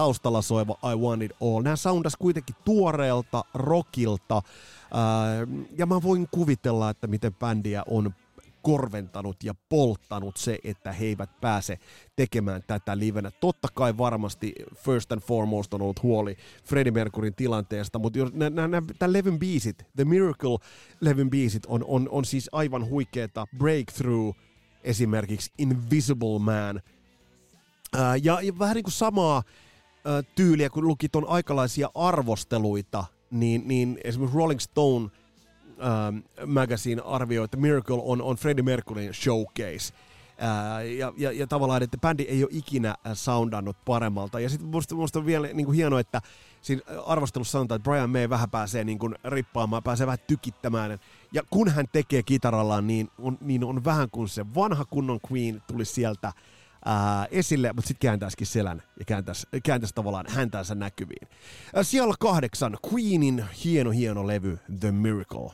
S2: taustalla soiva I Want It All. Nämä soundas kuitenkin tuoreelta, rockilta, ja mä voin kuvitella, että miten bändiä on korventanut ja polttanut se, että he eivät pääse tekemään tätä livenä. Totta kai varmasti first and foremost on ollut huoli Freddie Mercuryn tilanteesta, mutta tämän levyn biisit, The Miracle-levyn biisit on siis aivan huikeeta. Breakthrough, esimerkiksi Invisible Man. Ja vähän niin kuin samaa tyyliä, kun luki ton aikalaisia arvosteluita, niin esimerkiksi Rolling Stone Magazine arvioi, että Miracle on Freddie Mercuryn showcase. Ja tavallaan, että bändi ei ole ikinä soundannut paremmalta. Ja sitten musta on vielä niin kuin hienoa, että siinä arvostelussa sanotaan, että Brian May vähän pääsee niin kuin rippaamaan, pääsee vähän tykittämään. Ja kun hän tekee kitarallaan, niin on vähän kuin se vanha kunnon Queen tuli sieltä esille, mutta sitten kääntäisikin selän ja kääntäisi tavallaan häntänsä näkyviin. Siellä 8, Queenin hieno levy The Miracle.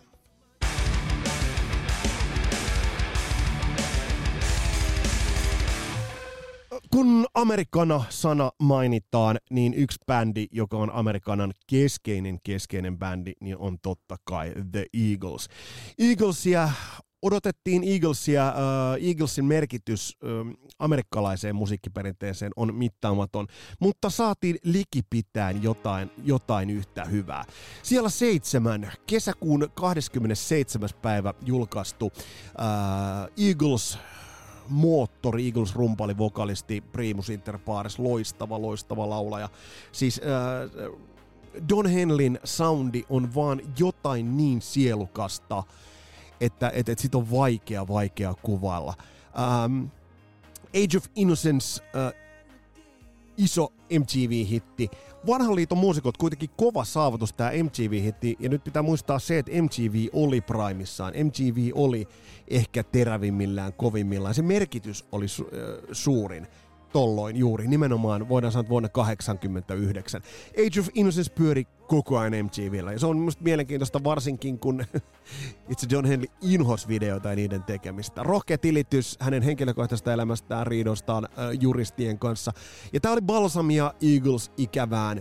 S2: Kun Americana-sana mainitaan, niin yksi bändi, joka on Americanan keskeinen bändi, niin on totta kai The Eagles. Odotettiin Eaglesin merkitys amerikkalaiseen musiikkiperinteeseen on mittaamaton, mutta saatiin likipitäen jotain yhtä hyvää. Siellä 7, kesäkuun 27. päivä julkaistu Eagles moottori, Eagles rumpali, vokalisti, primus inter pares, loistava laulaja. Siis Don Henleyn soundi on vaan jotain niin sielukasta, että sit on vaikea kuvailla. Age of Innocence, iso MTV-hitti. Vanhan liiton muusikot kuitenkin kova saavutus tää MTV-hitti, ja nyt pitää muistaa se, että MTV oli primissaan. MTV oli ehkä terävimmillään, kovimmillaan. Se merkitys oli suurin tolloin juuri, nimenomaan voidaan sanoa vuonna 1989. Age of Innocence pyöri koko ajan MTVllä, ja se on musta mielenkiintoista varsinkin, kun itse Don Henley inhos videoita ja niiden tekemistä. Rohkea tilitys hänen henkilökohtaisesta elämästään, riidostaan juristien kanssa. Ja tää oli balsamia Eagles ikävään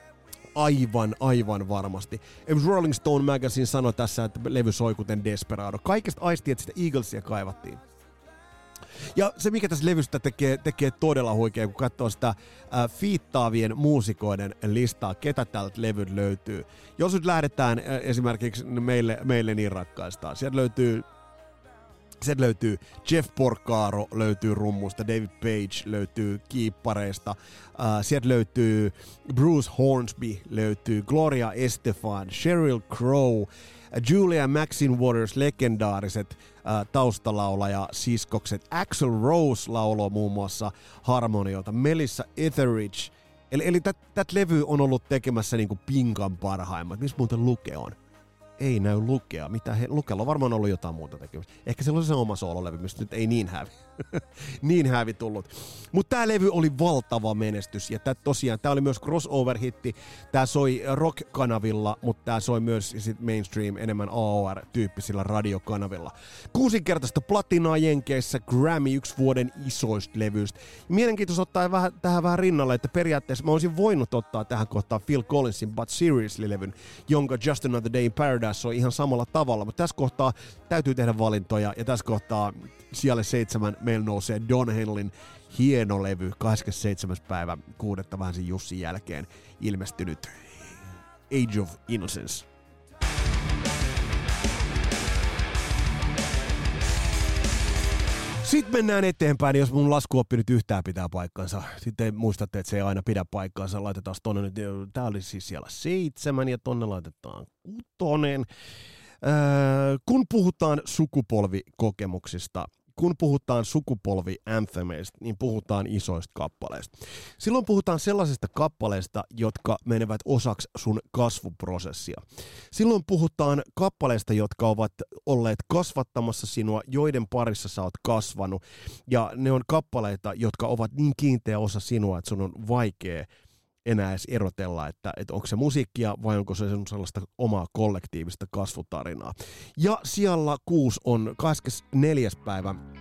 S2: aivan varmasti. Rolling Stone Magazine sanoi tässä, että levy soi kuten Desperado. Kaikesta aistii, että sitä Eaglesia kaivattiin. Ja se, mikä tässä levystä tekee todella huikea, kun katsoo sitä fiittaavien muusikoiden listaa, ketä tältä levyt löytyy. Jos nyt lähdetään esimerkiksi meille niin rakkaistaan. Sieltä löytyy Jeff Porcaro, löytyy rummusta, David Page löytyy kiippareista, sieltä löytyy Bruce Hornsby, löytyy Gloria Estefan, Sheryl Crow, Julia Maxine Waters, legendaariset taustalaulaja siskokset. Axl Rose lauloi muun muassa harmoniota, Melissa Etheridge. Eli tätä levy on ollut tekemässä niinku Pinkan parhaimmat. Missä muuten Luke on? Ei näy Lukea. Lukella on varmaan ollut jotain muuta tekemistä. Ehkä se on se oma soololevy, mistä nyt ei niin hävi tullut. Mutta tää levy oli valtava menestys, ja tosiaan tää oli myös crossover-hitti. Tää soi rock-kanavilla, mutta tää soi myös sit mainstream, enemmän AOR-tyyppisillä radiokanavilla. 6-kertaista platinaa Jenkeissä, Grammy, yksi vuoden isoista levyistä. Mielenkiintoista ottaa tähän vähän rinnalle, että periaatteessa mä olisin voinut ottaa tähän kohtaan Phil Collinsin But Seriously-levyn, jonka Just Another Day in Paradise on ihan samalla tavalla, mutta tässä kohtaa täytyy tehdä valintoja, ja tässä kohtaa siellä 7 meillä nousee Don Henleyn hieno levy, 27. päivä 6. vähän sen Jussin jälkeen ilmestynyt Age of Innocence. Sitten mennään eteenpäin, jos mun laskuoppi nyt yhtään pitää paikkansa. Sitten muistatte, että se ei aina pidä paikkaansa. Laitetaan tonne nyt, tää oli siis siellä 7 ja tonne laitetaan 6. Kun puhutaan sukupolvikokemuksista, kun puhutaan sukupolvi-anthemeista, niin puhutaan isoista kappaleista. Silloin puhutaan sellaisista kappaleista, jotka menevät osaksi sun kasvuprosessia. Silloin puhutaan kappaleista, jotka ovat olleet kasvattamassa sinua, joiden parissa sä oot kasvanut. Ja ne on kappaleita, jotka ovat niin kiinteä osa sinua, että sun on vaikea enää edes erotella, että onko se musiikkia vai onko se sellaista omaa kollektiivista kasvutarinaa. Ja siellä 6 on 24. päivä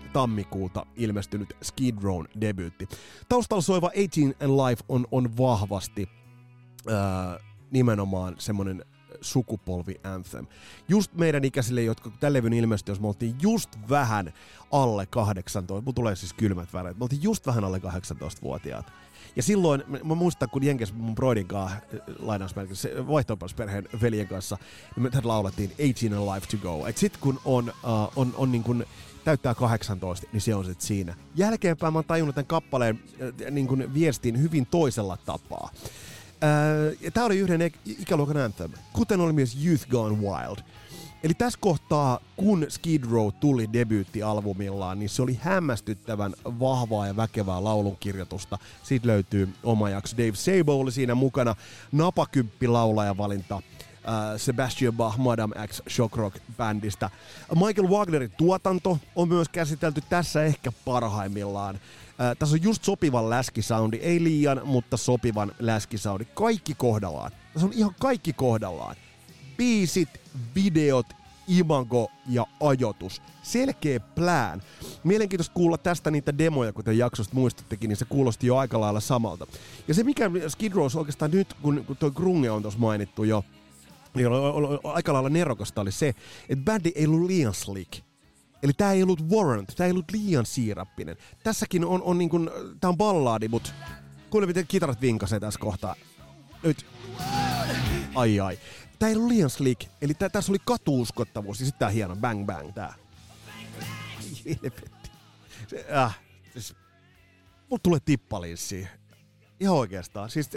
S2: tammikuuta ilmestynyt Skid Rown debyytti. Taustalla soiva 18 and Life on vahvasti nimenomaan semmonen sukupolvi anthem. Just meidän ikäisille, jotka tämän levyn ilmestyi, jos me oltiin just vähän alle 18, mun tulee siis kylmät väreet, me oltiin just vähän alle 18-vuotiaat. Ja silloin, mä muistan, kun Jenkes mun broidin kanssa, lainausmerkissä, vaihtoehtoisperheen veljen kanssa, niin me laulettiin 18 and Life to go. Et sit kun on niin kun täyttää 18, niin se on sit siinä. Jälkeenpäin mä oon tajunnut tämän kappaleen niin kun viestin hyvin toisella tapaa. Tää oli yhden ikäluokan anthem, kuten oli myös Youth Gone Wild. Eli tässä kohtaa, kun Skid Row tuli debyyttialbumillaan, niin se oli hämmästyttävän vahvaa ja väkevää laulunkirjoitusta. Siitä löytyy oma jakso. Dave Sabo oli siinä mukana, napakymppi laulajavalinta Sebastian Bach Madame X Shock Rock-bändistä. Michael Wagnerin tuotanto on myös käsitelty tässä ehkä parhaimmillaan. Tässä on just sopivan läskisoundi, ei liian, mutta sopivan läskisoundi. Kaikki kohdallaan. Tässä on ihan kaikki kohdallaan. Biisit, videot, imago ja ajoitus. Selkeä plan. Mielenkiintoista kuulla tästä niitä demoja, kuten jaksosta muistuttekin, niin se kuulosti jo aika lailla samalta. Ja se mikä Skid Row oikeastaan nyt, kun toi grunge on tuossa mainittu jo, niin aika lailla nerokasta oli se, että bändi ei ollut liian slick. Eli tää ei ollut Warrant, tää ei ollut liian siirappinen. Tässäkin on niin kuin, tää on ballaadi, mut kuule miten kitarat vinkasee tässä kohtaa. Nyt. Ai. Tää ei ollut liian slick, eli tässä oli katuuskottavuus ja sit tää hieno bang bang tää. Helvetti. Siis, mulla tulee tippalinssi. Ihan oikeastaan. Siis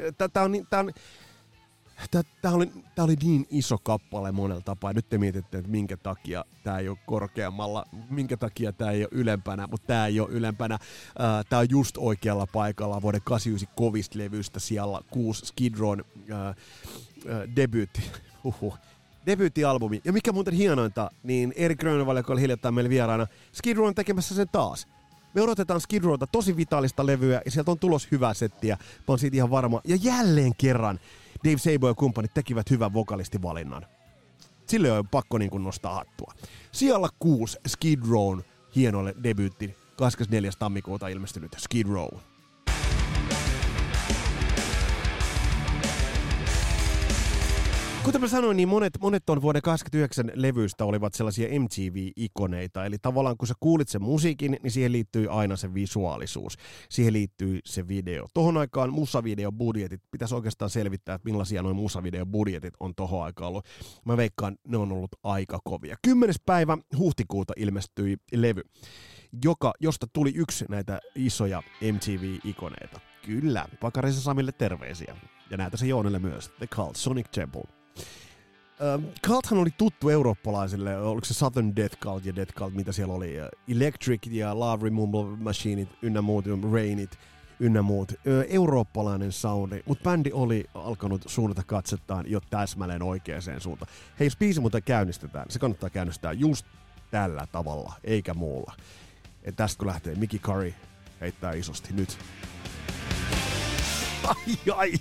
S2: Tää oli niin iso kappale monella tapaa. Nyt te mietitte, että minkä takia tää ei ole korkeammalla, minkä takia tää ei ole ylempänä, mutta tää ei ole ylempänä. Tää on just oikealla paikalla vuoden 89 kovista levystä siellä 6 Skid Rown debyyttialbumi. Ja mikä muuten hienointa, niin Erik Grönvall, joka oli hiljattain meillä vieraana, Skid Row on tekemässä sen taas. Me odotetaan Skid Rowta tosi vitaalista levyä ja sieltä on tulos hyvää settiä. Mä oon siitä ihan varma. Ja jälleen kerran Dave Sabo ja kumppanit tekivät hyvän vokalistivalinnan. Sille on pakko niin kuin nostaa hattua. Siellä 6 Skid Rown hienoille debyytti 24. tammikuuta ilmestynyt Skid Row. Kuten mä sanoin, niin monet on vuoden 89 levyistä olivat sellaisia MTV-ikoneita. Eli tavallaan kun sä kuulit sen musiikin, niin siihen liittyy aina se visuaalisuus. Siihen liittyy se video. Tohon aikaan musavideobudjetit, pitäisi oikeastaan selvittää, että millaisia noin musavideobudjetit on tohon aikaan ollut. Mä veikkaan, ne on ollut aika kovia. 10. päivä huhtikuuta ilmestyi levy, josta tuli yksi näitä isoja MTV-ikoneita. Kyllä, Pakarisen Samille terveisiä. Ja näitä se Joonelle myös. The Cult, Sonic Temple. Culthan oli tuttu eurooppalaisille, oliko se Southern Death Cult ja Death Cult, mitä siellä oli, Electric ja Love Removal Machineit ynnä muut, Rainit ynnä muut, eurooppalainen soundi, mutta bändi oli alkanut suunnata katsettaan jo täsmälleen oikeaan suuntaan. Hei, jos biisi muuten käynnistetään, se kannattaa käynnistää just tällä tavalla, eikä muulla. Et tästä kun lähtee, Mickey Curry heittää isosti nyt. Ai.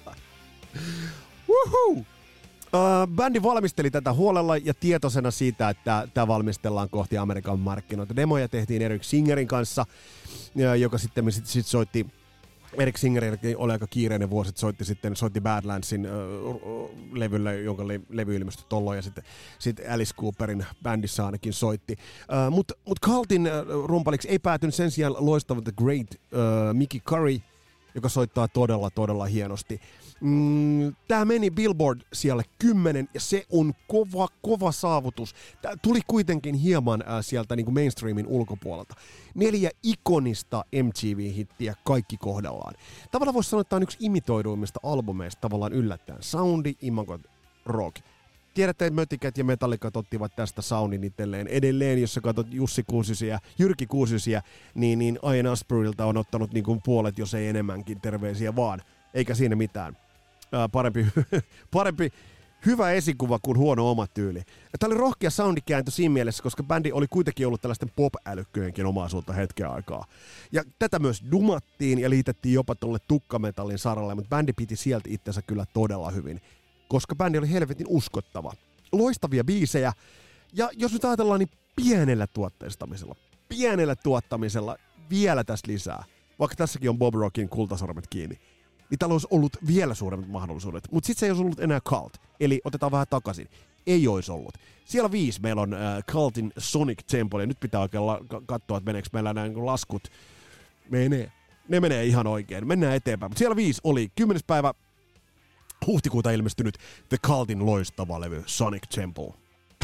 S2: Woohoo! Bändi valmisteli tätä huolella ja tietoisena siitä, että tämä valmistellaan kohti Amerikan markkinoita. Demoja tehtiin Eric Singerin kanssa, joka sitten soitti, Eric Singer oli aika kiireinen vuosi, soitti Badlandsin levylle, jonka levy ilmestyi tolloin, ja sitten Alice Cooperin bändissä ainakin soitti. Mut Cultin rumpaliksi ei päätynyt sen sijaan loistava The Great Mickey Curry, joka soittaa todella hienosti. Tää meni Billboard siellä 10 ja se on kova saavutus. Tää tuli kuitenkin hieman sieltä niin kuin mainstreamin ulkopuolelta. 4 ikonista MTV-hittiä kaikki kohdallaan. Tavallaan voisi sanoa, että tämä on yksi imitoiduimmista albumeista tavallaan yllättäen. Soundi, imago, rock. Tiedätte, että Mötikät ja Metallicat ottivat tästä soundin itselleen. Edelleen, jos sä katsot Jyrki Kuusysiä, niin Ian Astburylta on ottanut niin kuin puolet, jos ei enemmänkin, terveisiä vaan. Eikä siinä mitään. Parempi hyvä esikuva kuin huono oma tyyli. Tämä oli rohkea soundikääntö siinä mielessä, koska bändi oli kuitenkin ollut tällaisten pop-älykköjenkin omaisuutta hetken aikaa. Ja tätä myös dumattiin ja liitettiin jopa tuolle tukkametallin saralle, mutta bändi piti sieltä itsensä kyllä todella hyvin, koska bändi oli helvetin uskottava. Loistavia biisejä, ja jos nyt ajatellaan niin pienellä tuotteistamisella. pienellä tuottamisella vielä tästä lisää, vaikka tässäkin on Bob Rockin kultasormet kiinni, niin täällä olisi ollut vielä suuremmat mahdollisuudet. Mutta sitten se ei olisi ollut enää Cult. Eli otetaan vähän takaisin. Ei olisi ollut. Siellä 5 meillä on Cultin Sonic Temple, ja nyt pitää oikein katsoa, että meneekö meillä nämä laskut. Ne menee ihan oikein. Mennään eteenpäin. Mutta siellä 5 oli 10. päivä huhtikuuta ilmestynyt The Cultin loistava levy Sonic Temple.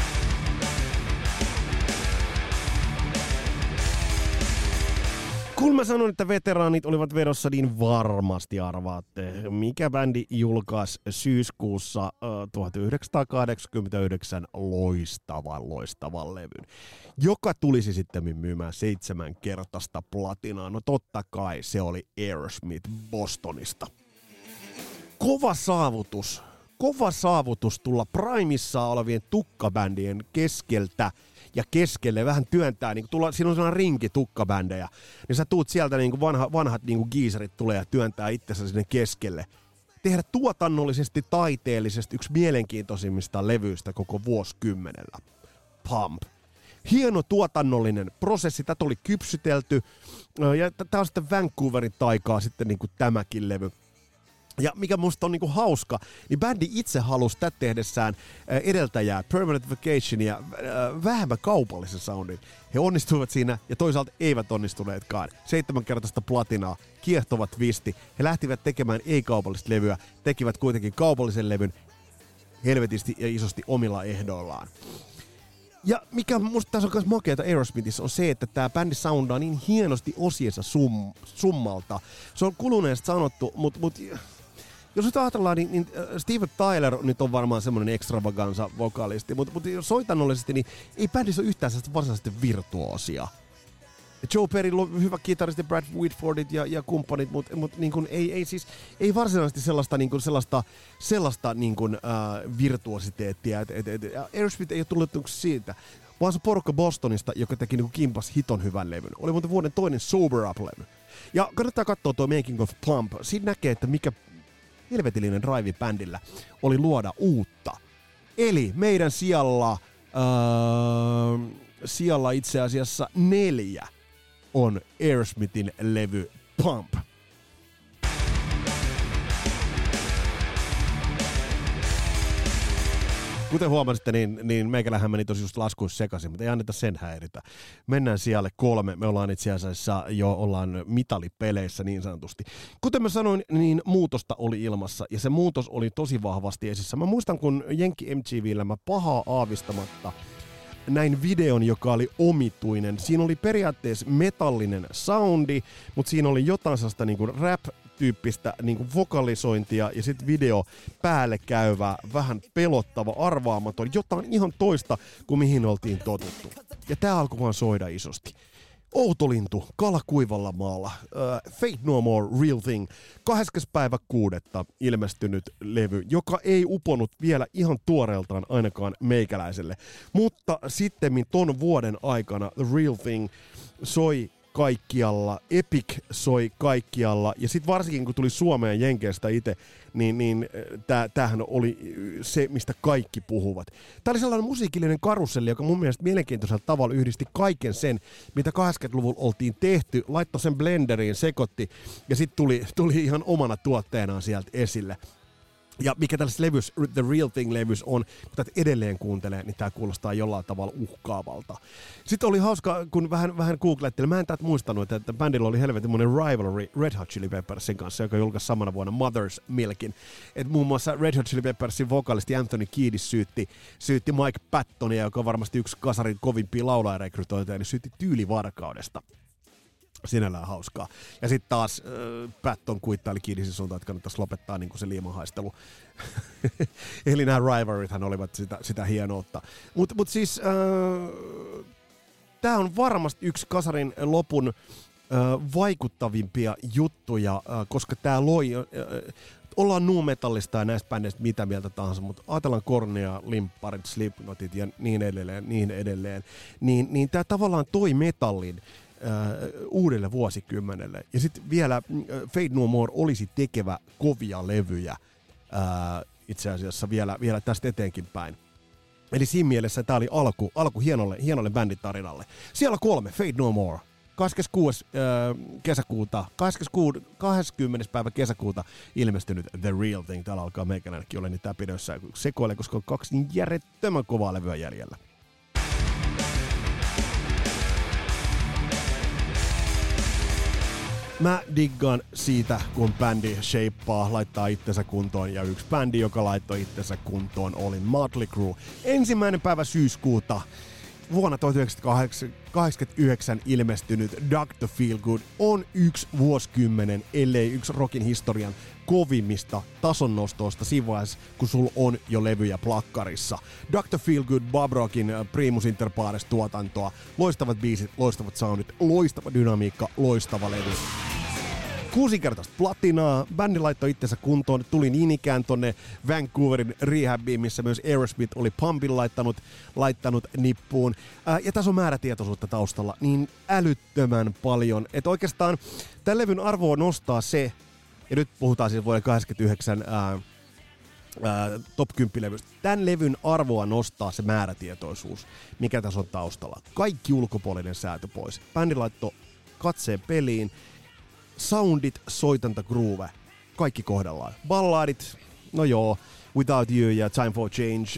S2: Kun mä sanon, että veteraanit olivat vedossa, niin varmasti arvaatte, mikä bändi julkaisi syyskuussa 1989 loistavan levyn, joka tulisi sitten myymään 7-kertaista platinaa. No totta kai se oli Aerosmith Bostonista. Kova saavutus tulla primissa olevien tukkabändien keskeltä ja keskelle vähän työntää, niin siinä on sellainen rinki tukkabändejä, niin sä tuut sieltä niin kuin vanhat niin kuin giisarit tulee ja työntää itsensä sinne keskelle. Tehdä tuotannollisesti, taiteellisesti yksi mielenkiintoisimmista levyistä koko vuosikymmenellä. Pump. Hieno tuotannollinen prosessi, tätä oli kypsytelty, ja tää on sitten Vancouverin taikaa sitten niin kuin tämäkin levy. Ja mikä musta on niinku hauska, niin bändi itse halusi tätä tehdessään edeltäjää Permanent Vacationia vähemmän kaupallisen soundin. He onnistuivat siinä ja toisaalta eivät onnistuneetkaan. 7-kertaista platinaa, kiehtova twisti. He lähtivät tekemään ei-kaupallista levyä, tekivät kuitenkin kaupallisen levyn helvetisti ja isosti omilla ehdoillaan. Ja mikä musta tässä on myös makeata Aerosmithissa on se, että tää bändi soundaa niin hienosti osiensa summalta. Se on kuluneesti sanottu, mutta jos nyt ajatellaan, niin Steven Tyler nyt on varmaan semmoinen extravaganza vokalisti, mutta soitannollisesti niin ei bändissä ole yhtään sellaista varsinaisesti virtuoosia. Joe Perry, hyvä kitaristi, Brad Whitfordit ja kumppanit, mutta niin kuin ei varsinaisesti sellaista niin kuin, virtuositeettia. Aerosmith ei ole tullut siitä, vaan se porukka Bostonista, joka teki niin kimpas hiton hyvän levyn. Oli muuten vuoden toinen Sober Up-levy. Ja kannattaa katsoa tuo Making of Pump. Siinä näkee, että mikä helvetillinen drive bändillä oli luoda uutta. Eli meidän sijalla itse asiassa 4 on Aerosmithin levy Pump. Kuten huomasitte, niin meikälähän meni tosi just laskuissa sekaisin, mutta ei anneta sen häiritä. Mennään sijalle 3. Me ollaan itse asiassa ollaan mitalipeleissä niin sanotusti. Kuten mä sanoin, niin muutosta oli ilmassa ja se muutos oli tosi vahvasti esissä. Mä muistan, kun Jenkki MTV:llä mä pahaa aavistamatta näin videon, joka oli omituinen. Siinä oli periaatteessa metallinen soundi, mutta siinä oli jotain sellaista niinku rap-tyyppistä niinku vokalisointia ja sitten video päälle käyvä, vähän pelottava, arvaamaton, jotain ihan toista kuin mihin oltiin totuttu. Ja tää alkoi vaan soida isosti. Outolintu, kala kuivalla maalla, Fate No More, Real Thing, 8.6. ilmestynyt levy, joka ei uponut vielä ihan tuoreeltaan ainakaan meikäläiselle. Mutta sittemmin ton vuoden aikana The Real Thing soi kaikkialla, Epic soi kaikkialla, ja sitten varsinkin kun tuli Suomeen Jenkeistä itse, niin tämähän oli se, mistä kaikki puhuvat. Tämä oli sellainen musiikillinen karuselli, joka mun mielestä mielenkiintoisella tavalla yhdisti kaiken sen, mitä 80-luvulla oltiin tehty, laittoi sen blenderiin, sekoitti, ja sitten tuli ihan omana tuotteenaan sieltä esille. Ja mikä tällaisessa levyssä, The Real Thing-levys on, kun tätä edelleen kuuntelee, niin tämä kuulostaa jollain tavalla uhkaavalta. Sitten oli hauska, kun vähän googlettelin, mä en täältä muistanut, että bändillä oli helvetinmoinen rivalry Red Hot Chili Peppersin kanssa, joka julkaisi samana vuonna Mother's Milkin. Et muun muassa Red Hot Chili Peppersin vokalisti Anthony Kiedis syytti Mike Pattonia, joka on varmasti yksi kasarin kovimpia laulajarekrytointeja, niin syytti tyylivarkaudesta. Sinällään hauskaa. Ja sitten taas Patton kuittaili Kiedisin suuntaan, että kannattaisi lopettaa niin kuin se liimahaistelu. Eli nämä rivalrythän olivat sitä hienoutta. Mutta siis tämä on varmasti yksi kasarin lopun vaikuttavimpia juttuja, koska tämä loi... ollaan nu-metallista ja näistä bändeistä mitä mieltä tahansa, mutta ajatellaan Kornea, Limparit, Slipknotit ja niin edelleen. Niin tämä tavallaan toi metallin uudelle vuosikymmenelle. Ja sitten vielä Fate No More olisi tekevä kovia levyjä itse asiassa vielä tästä eteenkin päin. Eli siinä mielessä tämä oli alku hienolle bänditarinalle. Siellä 3, Fade No More. 26. kesäkuuta, 20. päivä kesäkuuta ilmestynyt The Real Thing. Täällä alkaa meikäläinenkin olla niitä pidössä sekoille, koska on 2 niin järjettömän kovaa levyä jäljellä. Mä diggaan siitä, kun bändi shapea, laittaa itsensä kuntoon, ja yksi bändi, joka laittoi itsensä kuntoon, oli Motley Crue. 1. päivä syyskuuta vuonna 1989 ilmestynyt Dr. Feelgood on yksi vuosikymmenen, ellei yksi rockin historian kovimmista tasonnostoista siinä vaiheessa, kun sulla on jo levyjä plakkarissa. Dr. Feelgood, Bob Rockin primus inter pares tuotantoa, loistavat biisit, loistavat soundit, loistava dynamiikka, loistava levy. 6-kertaista platinaa, bändi laittoi itsensä kuntoon, tuli niin ikään tonne Vancouverin rehabiin, missä myös Aerosmith oli Pumpin laittanut nippuun. Ja tässä on määrätietoisuutta taustalla niin älyttömän paljon, että oikeastaan tämän levyn arvoa nostaa se, ja nyt puhutaan siis vuoden 89 top 10-levystä. Tämän levyn arvoa nostaa se määrätietoisuus, mikä tässä on taustalla. Kaikki ulkopuolinen säätö pois. Bändi laittoi katseen peliin. Soundit, soitanta, groove, kaikki kohdallaan. Balladit, no joo, Without You ja Time for Change,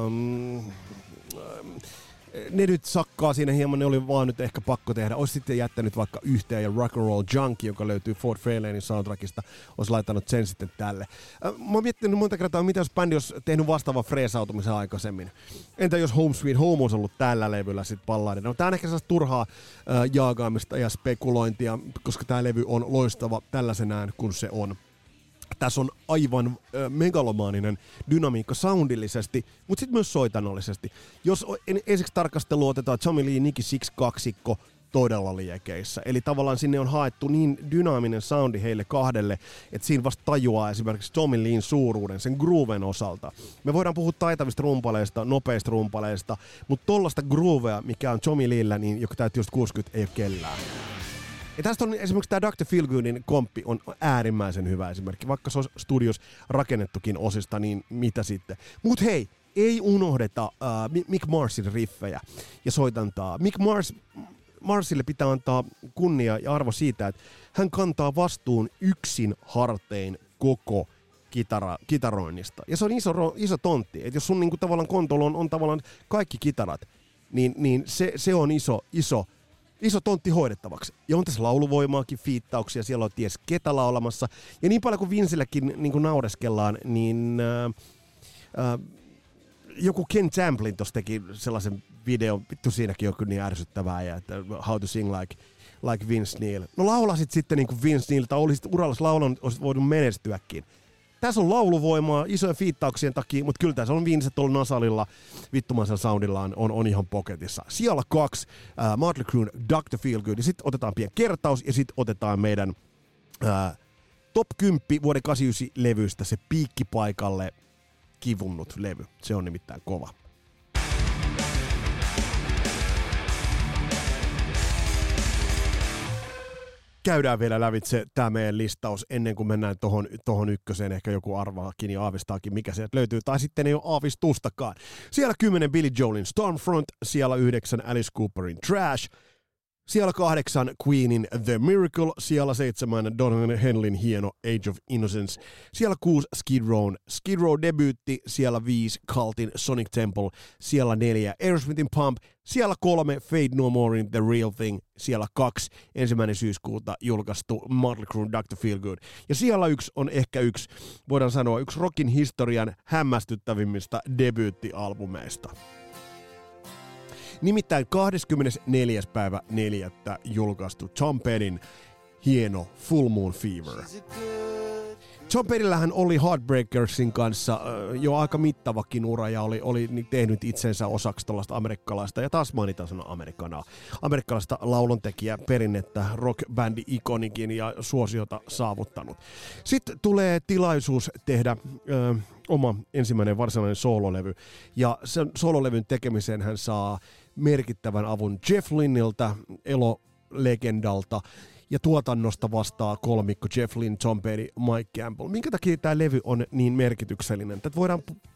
S2: ne nyt sakkaa siinä hieman, ne oli vaan nyt ehkä pakko tehdä. Olisi sitten jättänyt vaikka yhteen ja Rock and Roll Junkie, joka löytyy Ford Fairlanein soundtrackista, olisi laittanut sen sitten tälle. Mä oon miettinyt monta kertaa, mitä jos bändi olisi tehnyt vastaavan freesautumisen aikaisemmin. Entä jos Home Sweet Home olisi ollut tällä levyllä sitten balladina? No, tää on ehkä sellaista turhaa jaagaamista ja spekulointia, koska tää levy on loistava tällaisenään, kun se on. Tässä on aivan megalomaaninen dynamiikka soundillisesti, mutta sitten myös soitanollisesti. Jos ensiksi tarkastelu otetaan Tommy Lee Nicky Six kaksikko todella liekeissä. Eli tavallaan sinne on haettu niin dynaaminen soundi heille kahdelle, että siinä vasta tajuaa esimerkiksi Tommy Leen suuruuden sen grooven osalta. Me voidaan puhua taitavista rumpaleista, nopeista rumpaleista, mutta tollaista groovea, mikä on Tommy Leellä, niin joka täytyy just 60, ei ole kellään. Ja tästä on esimerkiksi tämä Dr. Feelgoodin komppi on äärimmäisen hyvä esimerkki. Vaikka se on studios rakennettukin osista, niin mitä sitten. Mut hei, ei unohdeta Mick Marsin riffejä ja soitantaa. Marsille pitää antaa kunnia ja arvo siitä, että hän kantaa vastuun yksin hartein koko kitaroinnista. Ja se on iso tontti. Että jos sun niinku tavallaan kontolla on tavallaan kaikki kitarat, niin se on iso tontti hoidettavaksi. Ja on tässä lauluvoimaakin, fiittauksia, siellä on ties ketä laulamassa. Ja niin paljon kuin Vincellekin niin kuin naureskellaan, niin joku Ken Tamplin tuossa teki sellaisen videon, vittu siinäkin on kyllä niin ärsyttävää, ja että How to Sing Like Vince Neil. No laulasit sitten niin kuin Vince Neil, tai olisit urallasi laulanut, olisit voinut menestyäkin. Tässä on lauluvoimaa isojen fiittauksien takia, mutta kyllä tässä on Vince tuolla nasalilla, vittumaisella soundillaan on ihan poketissa. Siellä 2, Motley Crue, Dr. Feelgood, ja sitten otetaan pieni kertaus, ja sitten otetaan meidän top 10 vuoden 89 levystä se piikkipaikalle kivunnut levy. Se on nimittäin kova. Käydään vielä lävitse tämä meidän listaus ennen kuin mennään tohon ykköseen. Ehkä joku arvaakin ja aavistaakin, mikä sieltä löytyy. Tai sitten ei ole aavistustakaan. Siellä 10 Billy Joelin Stormfront. Siellä 9 Alice Cooperin Trash. Siellä 8 Queenin The Miracle. Siellä 7 Don Henleyn hieno Age of Innocence. Siellä 6 Skid Row debyytti. Siellä 5 Cultin Sonic Temple. Siellä 4 Aerosmithin Pump. Siellä 3 Fade No Morein The Real Thing. Siellä 2 1. syyskuuta julkaistu Motley Crue Dr. Feelgood. Ja siellä 1 on ehkä voidaan sanoa, yksi rockin historian hämmästyttävimmistä debyyttialbumeista. Nimittäin 24. päivä 4. julkaistu Tom Pettyn hieno Full Moon Fever. Tom Pettyllähän oli Heartbreakersin kanssa jo aika mittavakin ura ja oli tehnyt itsensä osaksi tuollaista amerikkalaista, ja taas mainitaan sana amerikkalaista lauluntekijä perinnettä, rockbändi ikonikin ja suosiota saavuttanut. Sitten tulee tilaisuus tehdä oma ensimmäinen varsinainen soololevy, ja sen soololevyn tekemiseen hän saa merkittävän avun Jeff Lynneiltä, elolegendalta, ja tuotannosta vastaa kolmikko Jeff Lynne, Tom Petty, Mike Campbell. Minkä takia tämä levy on niin merkityksellinen? Tätä voidaan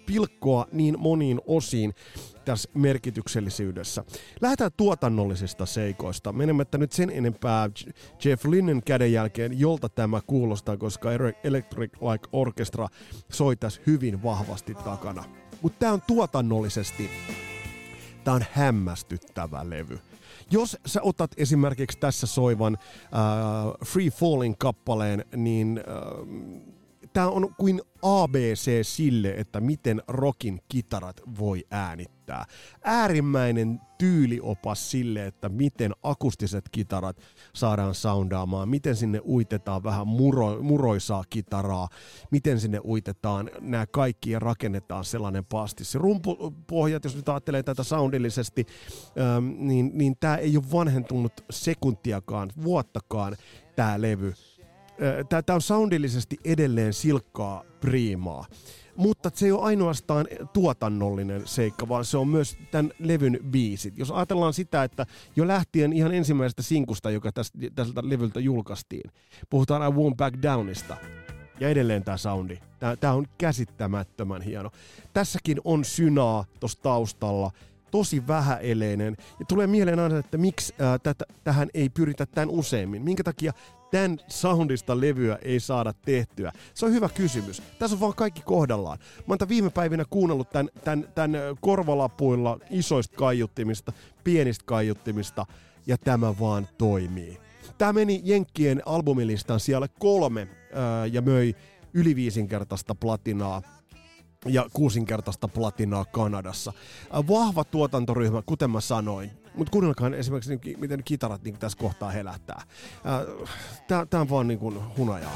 S2: pilkkoa niin moniin osiin tässä merkityksellisyydessä. Lähdetään tuotannollisista seikoista. Menemättä nyt sen enempää Jeff Lynnen kädenjälkeen, jolta tämä kuulostaa, koska Electric Light Orchestra soi tässä hyvin vahvasti takana. Mutta tämä on tuotannollisesti, tämä on hämmästyttävä levy. Jos sä otat esimerkiksi tässä soivan Free Falling-kappaleen, niin tämä on kuin ABC sille, että miten rockin kitarat voi äänittää. Äärimmäinen tyyliopas sille, että miten akustiset kitarat saadaan soundaamaan, miten sinne uitetaan vähän muroisaa kitaraa, miten sinne uitetaan nämä kaikki ja rakennetaan sellainen pastissi. Rumpupohjat, jos nyt ajattelee tätä soundillisesti, niin tämä ei ole vanhentunut sekuntiakaan, vuottakaan tämä levy. Tämä on soundillisesti edelleen silkkaa priimaa, mutta se ei ole ainoastaan tuotannollinen seikka, vaan se on myös tämän levyn biisit. Jos ajatellaan sitä, että jo lähtien ihan ensimmäisestä sinkusta, joka tältä levyltä julkaistiin, puhutaan I Won't Back Downista, ja edelleen tämä soundi. Tämä on käsittämättömän hieno. Tässäkin on synaa tuossa taustalla, tosi vähäeleinen, ja tulee mieleen aina, että miksi tähän ei pyritä tämän useammin. Minkä takia tämän soundista levyä ei saada tehtyä? Se on hyvä kysymys. Tässä on vaan kaikki kohdallaan. Mä oon viime päivinä kuunnellut tämän korvalapuilla isoista kaiuttimista, pienistä kaiuttimista, ja tämä vaan toimii. Tämä meni Jenkkien albumilistan siellä 3 ja möi yli 5-kertaista platinaa ja 6-kertaista platinaa Kanadassa. Vahva tuotantoryhmä, kuten mä sanoin. Mutta kuunnelkaan esimerkiksi, miten kitarat niin tässä kohtaa helähtää. Tää on vaan niin kuin hunajaa.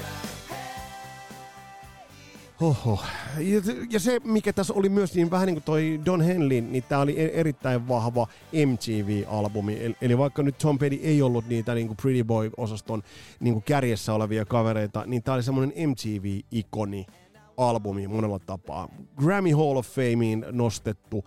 S2: Oho. Ja se, mikä tässä oli myös niin vähän niin kuin toi Don Henley, niin tää oli erittäin vahva MTV-albumi. Eli vaikka nyt Tom Petty ei ollut niitä niin kuin Pretty Boy-osaston niin kuin kärjessä olevia kavereita, niin tää oli semmoinen MTV-ikoni albumi monella tapaa. Grammy Hall of Fameen nostettu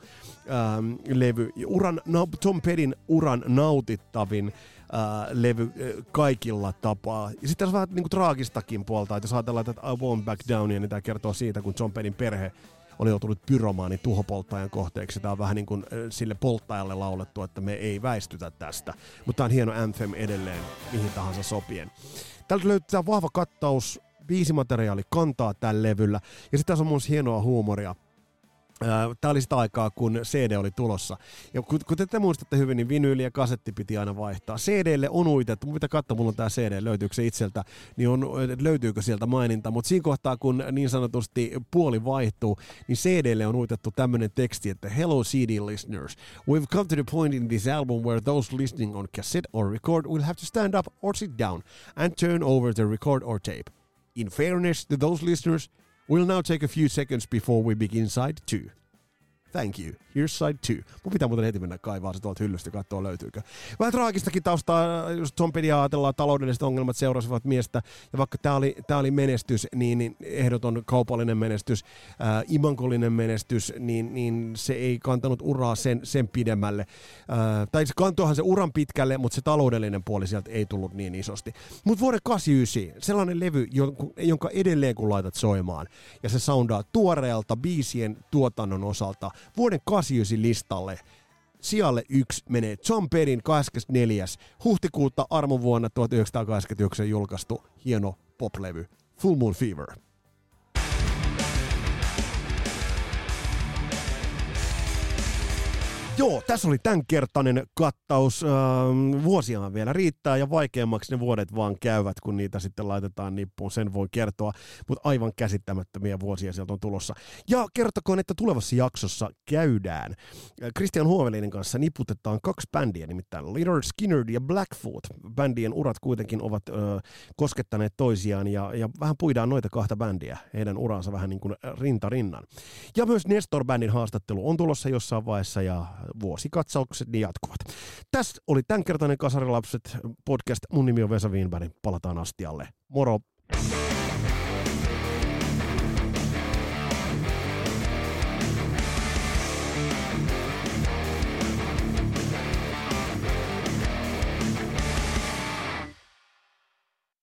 S2: levy. Tom Pettyn uran nautittavin levy kaikilla tapaa. Ja sitten tässä on vähän niin kuin traagistakin puolta, että jos ajatellaan, että I Won't Back Downia, niin tämä kertoo siitä, kun Tom Pettyn perhe oli joutunut pyromaani tuhopolttajan kohteeksi. Tämä on vähän niin kuin sille polttajalle laulettu, että me ei väistytä tästä. Mutta tämä on hieno anthem edelleen, mihin tahansa sopien. Täältä löytyy vahva kattaus. Biisimateriaali kantaa tällä levyllä. Ja sitten tässä on myös hienoa huumoria. Tämä oli sitä aikaa, kun CD oli tulossa. Ja kuten te muistatte hyvin, niin vinyyli ja kasetti piti aina vaihtaa. CDlle on uitettu, mitä katsoa, mulla on tämä CD, löytyykö se itseltä, niin löytyykö sieltä maininta. Mutta siinä kohtaa, kun niin sanotusti puoli vaihtuu, niin CDlle on uitettu tämmöinen teksti, että Hello CD listeners, we've come to the point in this album where those listening on cassette or record will have to stand up or sit down and turn over the record or tape. In fairness to those listeners, we'll now take a few seconds before we begin side 2. Thank you. Here's side 2. Mun pitää muuten heti mennä kaivaa se tuolta hyllystä ja katsoa löytyykö. Vähän traagistakin taustaa, jos Tom Pettyä ajatellaan, taloudelliset ongelmat seurasivat miestä. Ja vaikka tää oli menestys, niin ehdoton kaupallinen menestys, imankollinen menestys, niin se ei kantanut uraa sen pidemmälle. Tai se kantoihan se uran pitkälle, mutta se taloudellinen puoli sieltä ei tullut niin isosti. Mutta vuoden 89, sellainen levy, jonka edelleen kun laitat soimaan, ja se soundaa tuoreelta biisien tuotannon osalta, vuoden 89 listalle sijalle 1 menee Tom Pettyn 24. huhtikuuta armovuonna 1989 julkaistu hieno poplevy Full Moon Fever. Joo, tässä oli tämänkertainen kattaus. Vuosiaan vielä riittää ja vaikeammaksi ne vuodet vaan käyvät, kun niitä sitten laitetaan nippuun. Sen voin kertoa, mutta aivan käsittämättömiä vuosia sieltä on tulossa. Ja kertokoon, että tulevassa jaksossa käydään Christian Huovelinin kanssa niputetaan 2 bändiä, nimittäin Lynyrd Skynyrd ja Blackfoot. Bändien urat kuitenkin ovat koskettaneet toisiaan ja vähän puidaan noita 2 bändiä. Heidän uransa vähän niin kuin rinta rinnan. Ja myös Nestor-bändin haastattelu on tulossa jossain vaiheessa ja vuosikatsaukset niin jatkuvat. Tässä oli tämänkertainen Kasarilapset podcast. Mun nimi on Vesa Wienberg. Palataan astialle. Moro!